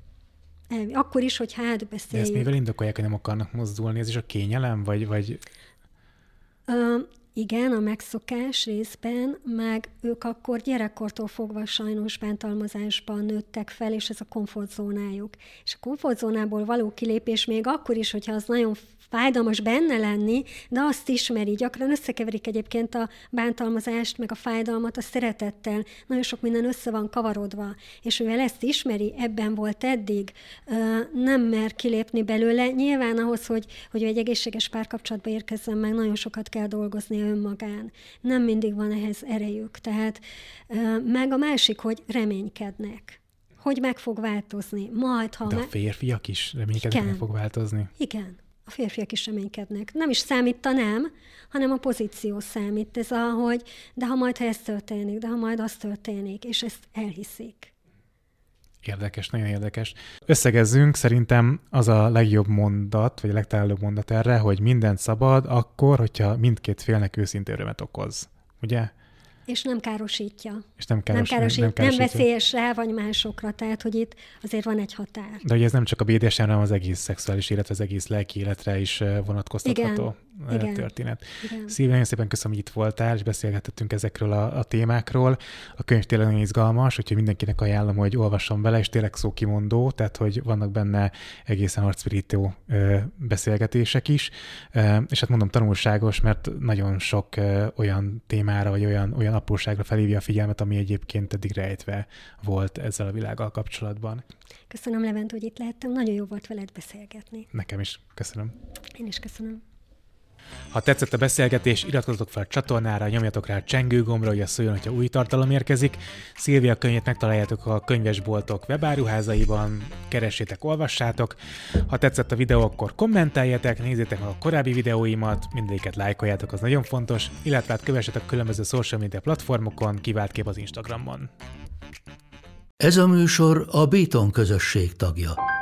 akkor is, hogy hát beszéljük. De ezt mivel indokolják, hogy nem akarnak mozdulni? Ez is a kényelem, vagy... vagy... Ö, igen, a megszokás részben, meg ők akkor gyerekkortól fogva sajnos bántalmazásban nőttek fel, és ez a komfortzónájuk. És a komfortzónából való kilépés még akkor is, hogyha az nagyon fájdalmas benne lenni, de azt ismeri. Gyakran összekeverik egyébként a bántalmazást, meg a fájdalmat a szeretettel. Nagyon sok minden össze van kavarodva. És mivel ezt ismeri, ebben volt eddig, nem mer kilépni belőle. Nyilván ahhoz, hogy, hogy egy egészséges párkapcsolatba érkezzen meg, nagyon sokat kell dolgozni önmagán. Nem mindig van ehhez erejük. Tehát meg a másik, hogy reménykednek. Hogy meg fog változni. Majd, ha de a férfiak is reménykednek, hogy meg fog változni? Igen. A férfiak is reménykednek. Nem is számít a nem, hanem a pozíció számít. Ez a, hogy de ha majd ha ez történik, de ha majd az történik, és ezt elhiszik. Érdekes, nagyon érdekes. Összegezzünk, szerintem az a legjobb mondat, vagy a legtalálóbb mondat erre, hogy mindent szabad akkor, hogyha mindkét félnek őszintén örömet okoz. Ugye? És nem károsítja. És nem, káros, nem, károsít, nem, nem, nem veszélyes rá vagy másokra, tehát hogy itt azért van egy határ. De ugye ez nem csak a bé dé es em-re, hanem az egész szexuális életre, az egész lelki életre is vonatkoztatható. Igen, Igen. történet. Szilvi, nagyon szépen köszönöm, hogy itt voltál, és beszélgetettünk ezekről a, a témákról. A könyv tényleg nagyon izgalmas, úgyhogy mindenkinek ajánlom, hogy olvasson bele, és tényleg szókimondó, tehát hogy vannak benne egészen arcvirító ö, beszélgetések is. Ö, és hát mondom, tanulságos, mert nagyon sok ö, olyan témára, vagy olyan, olyan apróságra felhívja a figyelmet, ami egyébként eddig rejtve volt ezzel a világgal kapcsolatban. Köszönöm, Levent, hogy itt lehettem. Nagyon jó volt veled beszélgetni. Nekem is. Köszönöm. Én is köszönöm. Ha tetszett a beszélgetés, iratkozzatok fel a csatornára, nyomjatok rá a csengő gombra, hogy az szóljon, hogyha új tartalom érkezik. Szilvia könyvét megtaláljátok a könyvesboltok webáruházaiban, keressétek, olvassátok. Ha tetszett a videó, akkor kommenteljetek, nézzétek meg a korábbi videóimat, mindegyiket lájkoljátok, az nagyon fontos, illetve hát kövessetek különböző social media platformokon, kiváltképp az Instagramon. Ez a műsor a Béton közösség tagja.